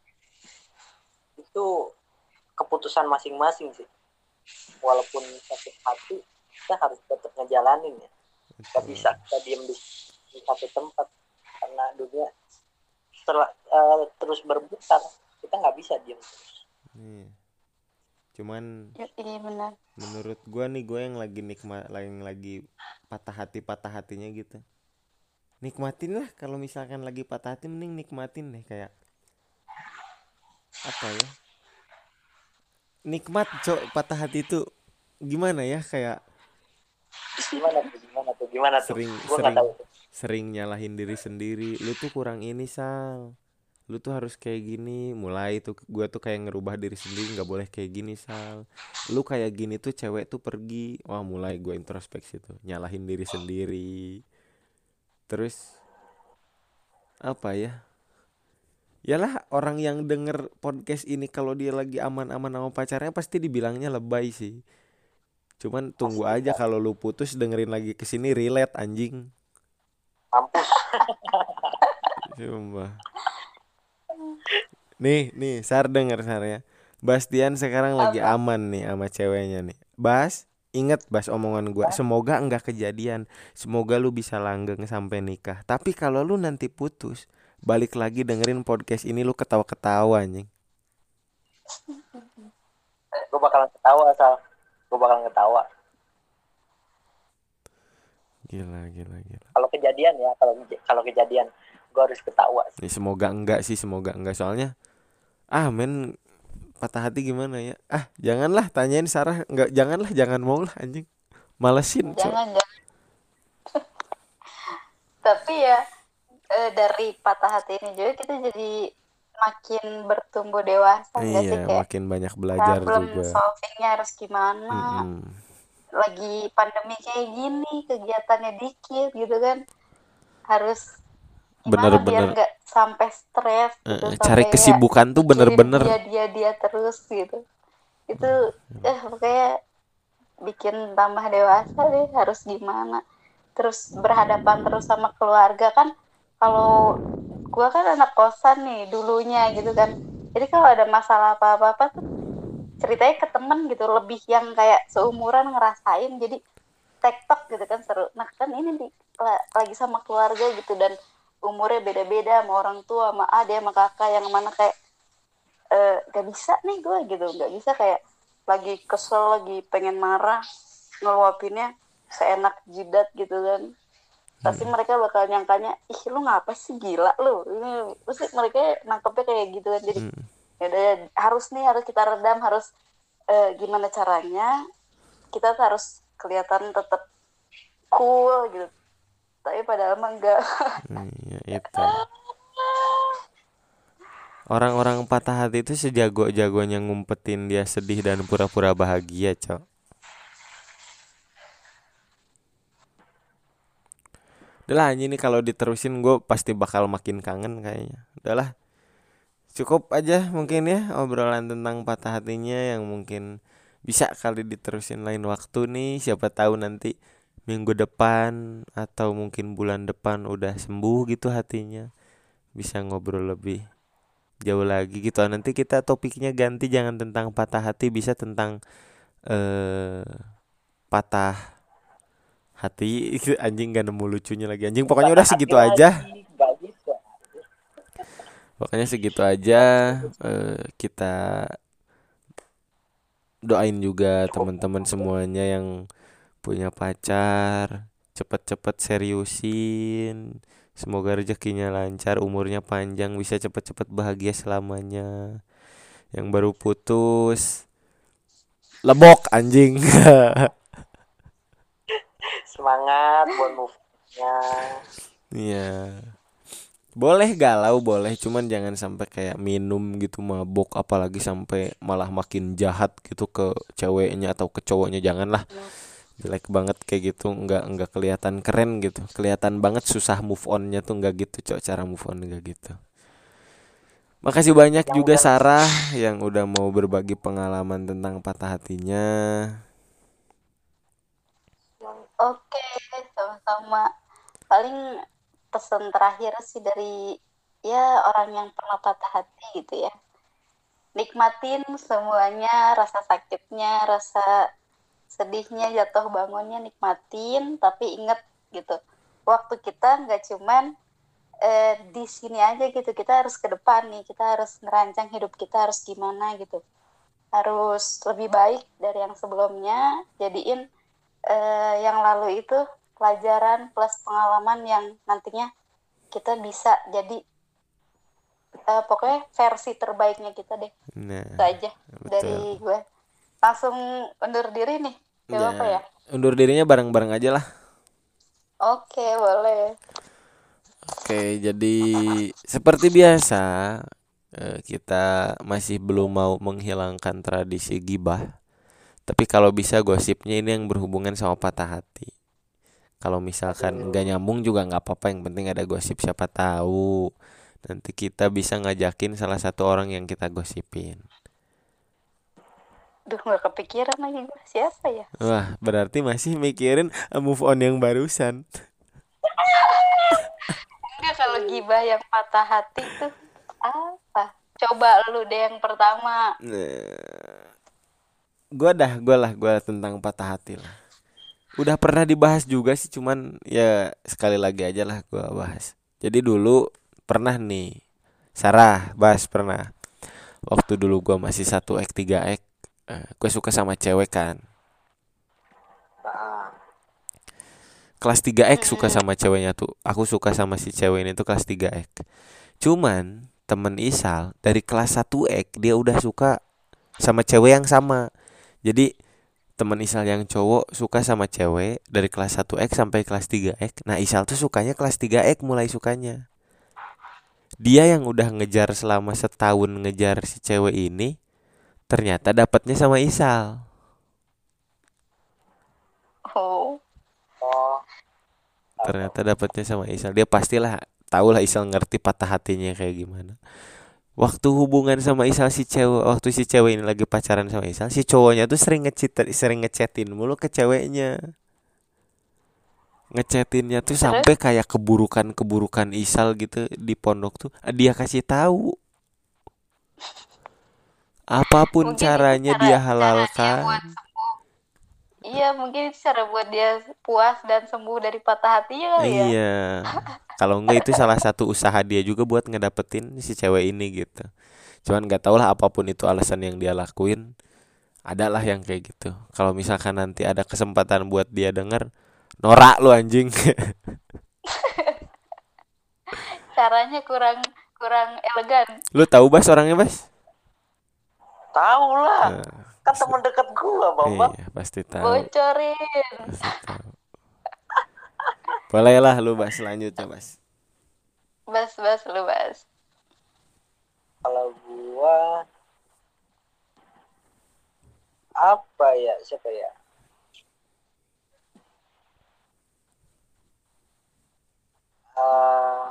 itu keputusan masing-masing sih. Walaupun sakit hati, kita harus tetap ngejalanin ya. Gak bisa kita diem di, di satu tempat karena dunia setelah, uh, terus berputar, kita nggak bisa diem terus. iya. Cuman Iya benar. menurut gua nih, gue yang lagi nikmat, yang lagi patah hati patah hatinya gitu. Nikmatin lah, kalau misalkan lagi patah hati mending nikmatin deh, kayak apa ya? Nikmat, cok, patah hati itu gimana ya, kayak Gimana tuh? Gimana tuh? Gimana tuh? sering Gue nggak sering tahu. sering nyalahin diri sendiri. Lu tuh kurang ini, Sal. Lu tuh harus kayak gini. Mulai tuh gua tuh kayak ngerubah diri sendiri, nggak boleh kayak gini, Sal. Lu kayak gini tuh cewek tuh pergi. Wah, mulai gue introspeksi tuh, nyalahin diri sendiri. Terus apa ya? Yalah, orang yang denger podcast ini kalau dia lagi aman-aman sama pacarnya pasti dibilangnya lebay sih. Cuman tunggu Pasti aja kalau lu putus dengerin lagi kesini, relate anjing. mampus. Sumpah. Nih, nih, Sar denger Sar ya. Bastian sekarang lagi Apa? aman nih sama ceweknya nih. Bas, inget Bas omongan gua. Semoga enggak kejadian. Semoga lu bisa langgeng sampai nikah. Tapi kalau lu nanti putus, balik lagi dengerin podcast ini, lu ketawa-ketawa anjing. Gue bakalan ketawa asal. Gue bakalan ketawa. Gila, gila, gila. Kalau kejadian ya, kalau kalau kejadian, gue harus ketawa. Nih, semoga enggak sih, semoga enggak. Soalnya ah men, patah hati gimana ya? Ah, janganlah tanyain Sarah, enggak, janganlah, jangan mau lah anjing. Malesin, cok. Jangan jangan. Tapi ya eh, dari patah hati ini juga kita jadi makin bertumbuh dewasa nggak sih, Iya, kayak makin banyak belajar problem juga. solvingnya harus gimana. Mm-mm. Lagi pandemi kayak gini kegiatannya dikit gitu kan, harus gimana biar Bener-bener nggak sampai stres gitu, eh, sampai cari kayak kesibukan tuh mikirin bener-bener dia dia dia terus gitu. Itu eh pokoknya bikin tambah dewasa deh, harus gimana. Terus berhadapan terus sama keluarga kan. Kalau gue kan anak kosan nih dulunya gitu kan, jadi kalau ada masalah apa-apa tuh ceritanya ke temen gitu, lebih yang kayak seumuran ngerasain, jadi tektok gitu kan, seru. Nah kan ini di, lagi sama keluarga gitu, dan umurnya beda-beda sama orang tua, sama adik sama kakak, yang mana kayak e, gak bisa nih gue gitu, gak bisa kayak lagi kesel, lagi pengen marah, ngeluapinnya seenak jidat gitu kan. Pasti mereka bakal nyangkanya, ih lu ngapa sih, gila lu ini. Pasti mereka nangkepnya kayak gitu kan. Jadi mm. yaudah, harus nih, harus kita redam, harus eh, gimana caranya kita harus kelihatan tetap cool gitu, tapi padahal mah enggak. Iya, itu. Orang-orang patah hati itu sejago-jagonya ngumpetin dia sedih dan pura-pura bahagia, cok. Udahlah anjing nih kalau diterusin gue pasti bakal makin kangen kayaknya. Udahlah. Cukup aja mungkin ya obrolan tentang patah hatinya yang mungkin bisa kali diterusin lain waktu nih. Siapa tahu nanti minggu depan atau mungkin bulan depan udah sembuh gitu hatinya. Bisa ngobrol lebih jauh lagi gitu. Nanti kita topiknya ganti jangan tentang patah hati, bisa tentang eh patah hati. Anjing gak nemu lucunya lagi anjing. Pokoknya udah Patah hati segitu aja. lagi, nggak bisa. Pokoknya segitu aja. Eh, kita doain juga Cukup. teman-teman semuanya yang punya pacar cepet-cepet seriusin, semoga rezekinya lancar, umurnya panjang, bisa cepet-cepet bahagia selamanya. Yang baru putus lebok anjing. Semangat buat move-nya. Iya, boleh galau boleh, cuman jangan sampai kayak minum gitu mabok, apalagi sampai malah makin jahat gitu ke ceweknya atau ke cowoknya, janganlah. Jelek banget kayak gitu, nggak nggak kelihatan keren gitu, kelihatan banget susah move onnya tuh, nggak gitu cok, cara move on nggak gitu. Makasih banyak Yang juga udah Sarah yang udah mau berbagi pengalaman tentang patah hatinya. Oke, sama-sama. Paling pesan terakhir sih dari ya orang yang pernah patah hati gitu ya. Nikmatin semuanya, rasa sakitnya, rasa sedihnya, jatuh bangunnya, nikmatin, tapi inget gitu. Waktu kita nggak cuman eh, di sini aja gitu, kita harus ke depan nih, kita harus merancang hidup kita harus gimana gitu. Harus lebih baik dari yang sebelumnya, jadiin eh, yang lalu itu pelajaran plus pengalaman yang nantinya kita bisa jadi eh, pokoknya versi terbaiknya kita deh. Nah, Itu aja betul. dari gue. Langsung undur diri nih. Gak apa Ya, ya? undur dirinya bareng-bareng aja lah. Oke, boleh. Oke, jadi seperti biasa eh, kita masih belum mau menghilangkan tradisi gibah. Tapi kalau bisa gosipnya ini yang berhubungan sama patah hati. Kalau misalkan nggak aduh, nyambung juga nggak apa-apa, yang penting ada gosip, siapa tahu nanti kita bisa ngajakin salah satu orang yang kita gosipin. Duh, gak kepikiran lagi gue. Siapa ya? Wah, berarti masih mikirin eh, move on yang barusan. Enggak, kalau gibah yang patah hati tuh apa? Coba lu deh yang pertama. Nah, gua dah, gua lah, gua tentang patah hati lah. Udah pernah dibahas juga sih, cuman ya sekali lagi aja lah gua bahas. Jadi dulu pernah nih, Sarah, bahas pernah. Waktu dulu gua masih satu ek tiga ek, eh, gue suka sama cewek kan. nah, Kelas tiga ek suka Mm-mm. sama ceweknya tuh. Aku suka sama si cewek ini tuh kelas tiga ek. Cuman temen Isal dari kelas satu ek dia udah suka sama cewek yang sama. Jadi temen Isal yang cowok suka sama cewek dari kelas satu ek sampai kelas tiga ek. Nah, Isal tuh sukanya kelas tiga ek mulai sukanya. Dia yang udah ngejar selama setahun ngejar si cewek ini, ternyata dapatnya sama Isal. Oh, oh, tahu tahu. Ternyata dapatnya sama Isal. Dia pastilah tahu lah Isal ngerti patah hatinya kayak gimana. Waktu hubungan sama Isal si cewek, waktu si cewek ini lagi pacaran sama Isal, si cowoknya tuh sering ngechat, sering ngechatin mulu ke ceweknya. Ngechatinnya tuh terus sampai kayak keburukan-keburukan Isal gitu di pondok tuh dia kasih tahu. Apapun mungkin itu caranya cara dia cara dia halalkan. buat iya, mungkin itu cara buat dia puas dan sembuh dari patah hatinya kali ya. Iya. Kalau enggak itu salah satu usaha dia juga buat ngedapetin si cewek ini gitu. Cuman nggak tau lah apapun itu alasan yang dia lakuin. Adalah yang kayak gitu. Kalau misalkan nanti ada kesempatan buat dia denger, norak lu anjing. Caranya kurang kurang elegan. Lu tahu Bas orangnya Bas? Tahu lah, Nah, kan pasti, teman dekat gua, Bambang. iya pasti tahu, Bocorin. pasti tahu. Boleh lah lu Bas, selanjutnya Bas. Bas-bas lu bas. Kalau gua apa ya, siapa ya? uh,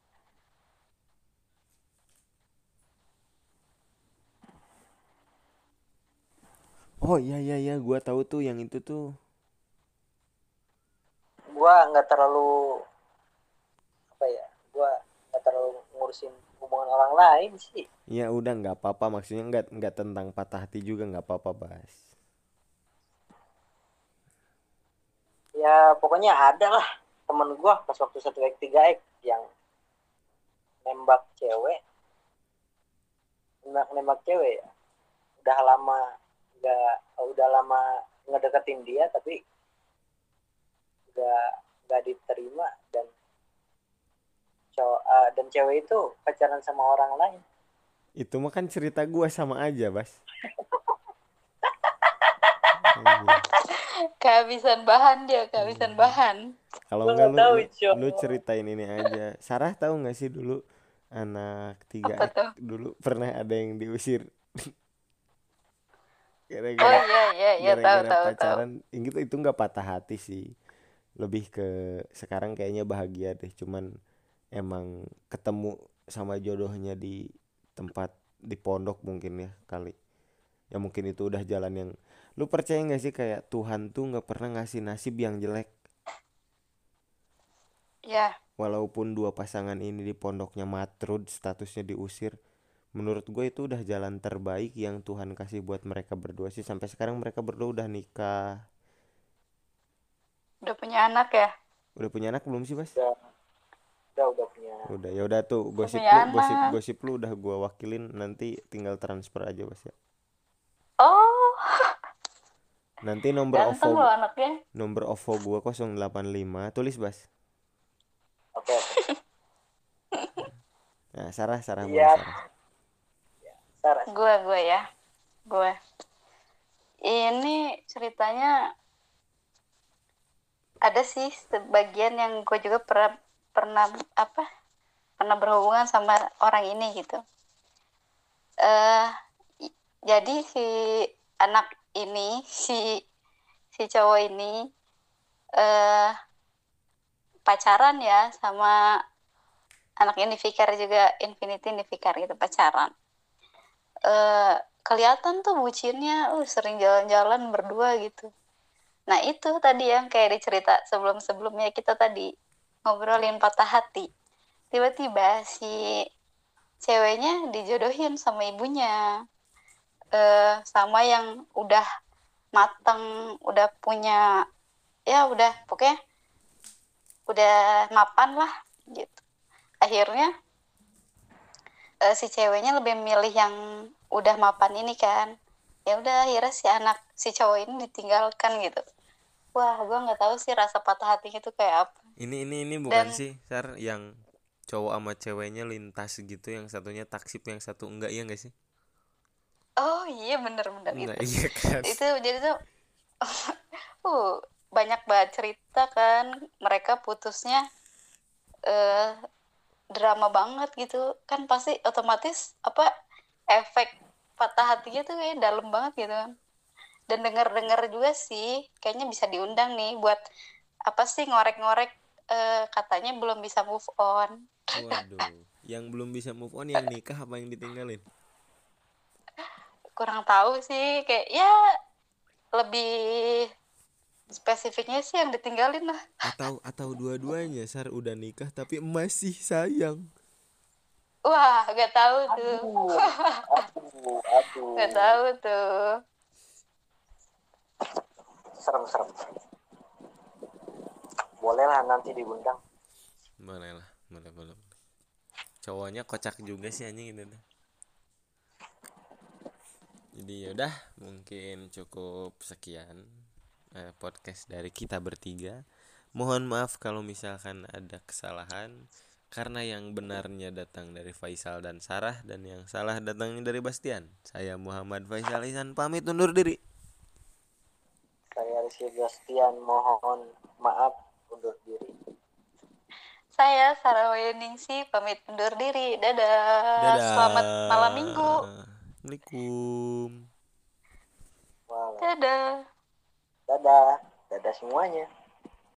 Oh iya iya iya, gua tahu tuh yang itu tuh. gue nggak terlalu apa ya, gue nggak terlalu ngurusin hubungan orang lain sih. Ya udah nggak apa-apa, maksudnya nggak nggak tentang patah hati juga nggak apa-apa, Bas. Ya pokoknya ada lah temen gue pas waktu satu x tiga x yang nembak cewek, nembak nembak cewek ya, udah lama nggak udah lama ngedeketin dia tapi nggak nggak diterima, dan cowok uh, dan cewek itu pacaran sama orang lain. Itu mah kan cerita gua sama aja, Bas. Anjing. Kehabisan bahan dia, kehabisan bahan. Kalau Gua enggak nggak lu, tahu lu cowok. lu ceritain ini aja. Sarah tahu nggak sih dulu anak tiga Apa x tuh? dulu pernah ada yang diusir Oh gara-gara iya iya iya, tahu gara-gara tahu tahu. pacaran. Gitu itu nggak patah hati sih. Lebih ke sekarang kayaknya bahagia deh. Cuman emang ketemu sama jodohnya di tempat di pondok mungkin ya kali. Ya mungkin itu udah jalan yang, lu percaya nggak sih kayak Tuhan tuh nggak pernah ngasih nasib yang jelek. Ya, Walaupun dua pasangan ini di pondoknya matrud, statusnya diusir, menurut gue itu udah jalan terbaik yang Tuhan kasih buat mereka berdua sih. Sampai sekarang mereka berdua udah nikah. udah punya anak ya? Udah punya anak belum sih, Bas? udah udah udah punya. Udah. Ya udah tuh, Udah gosip punya lu gosip anak. gosip lu udah gua wakilin, nanti tinggal transfer aja, Bas ya. Oh, Nanti nomor ganteng OVO loh anaknya. nomor OVO gua nol delapan lima, tulis, Bas. Oke oke. Nah, Sarah Sarah mulai Iya, Sarah. Sarah. Gue gue ya, gue. Ini ceritanya ada sih sebagian yang gue juga pernah pernah apa? Pernah berhubungan sama orang ini gitu. Eh, i- jadi si anak ini, si si cowok ini eh pacaran ya sama anak Indifikar juga, Infinity Indifikar gitu, pacaran. Eh kelihatan tuh bucinnya, uh, sering jalan-jalan berdua gitu. Nah itu tadi yang kayak dicerita sebelum-sebelumnya kita tadi ngobrolin patah hati. Tiba-tiba si ceweknya dijodohin sama ibunya, eh, sama yang udah mateng, udah punya, ya udah pokoknya udah mapan lah gitu. Akhirnya eh, si ceweknya lebih milih yang udah mapan ini kan. Ya udah akhirnya si anak si cowok ini ditinggalkan gitu. Wah, gue nggak tahu sih rasa patah hatinya tuh kayak apa. Ini ini ini bukan Dan sih, Sar, yang cowok sama ceweknya lintas gitu, yang satunya taksip, yang satu enggak, iya enggak sih? oh iya bener-bener Enggak, itu. iya kan? Itu jadi tuh uh banyak banget cerita kan, mereka putusnya eh drama banget gitu kan, pasti otomatis apa efek patah hatinya tuh kayak dalam banget gitu kan. Dan dengar-dengar juga sih kayaknya bisa diundang nih buat apa sih ngorek-ngorek, eh, katanya belum bisa move on. Waduh, yang belum bisa move on yang nikah apa yang ditinggalin? Kurang tahu sih, kayak ya lebih spesifiknya sih yang ditinggalin lah. Atau atau dua-duanya, Sar, udah nikah tapi masih sayang. Wah, gak tahu tuh, Aduh, aduh, aduh. gak tahu tuh. Serem serem. Boleh lah nanti diundang. Boleh lah, boleh boleh. Cowoknya kocak juga sih anjing itu tuh. Jadi yaudah, mungkin cukup sekian eh, podcast dari kita bertiga. Mohon maaf kalau misalkan ada kesalahan, karena yang benarnya datang dari Faisal dan Sarah, dan yang salah datangnya dari Bastian. Saya Muhammad Faisal Ihsan pamit undur diri. Saya Rizky Bastian mohon maaf undur diri. Saya Sarah Wayoningsi pamit undur diri. Dadah. Dadah. Selamat malam minggu. Assalamualaikum. Wow. Dadah. Dadah, dadah semuanya.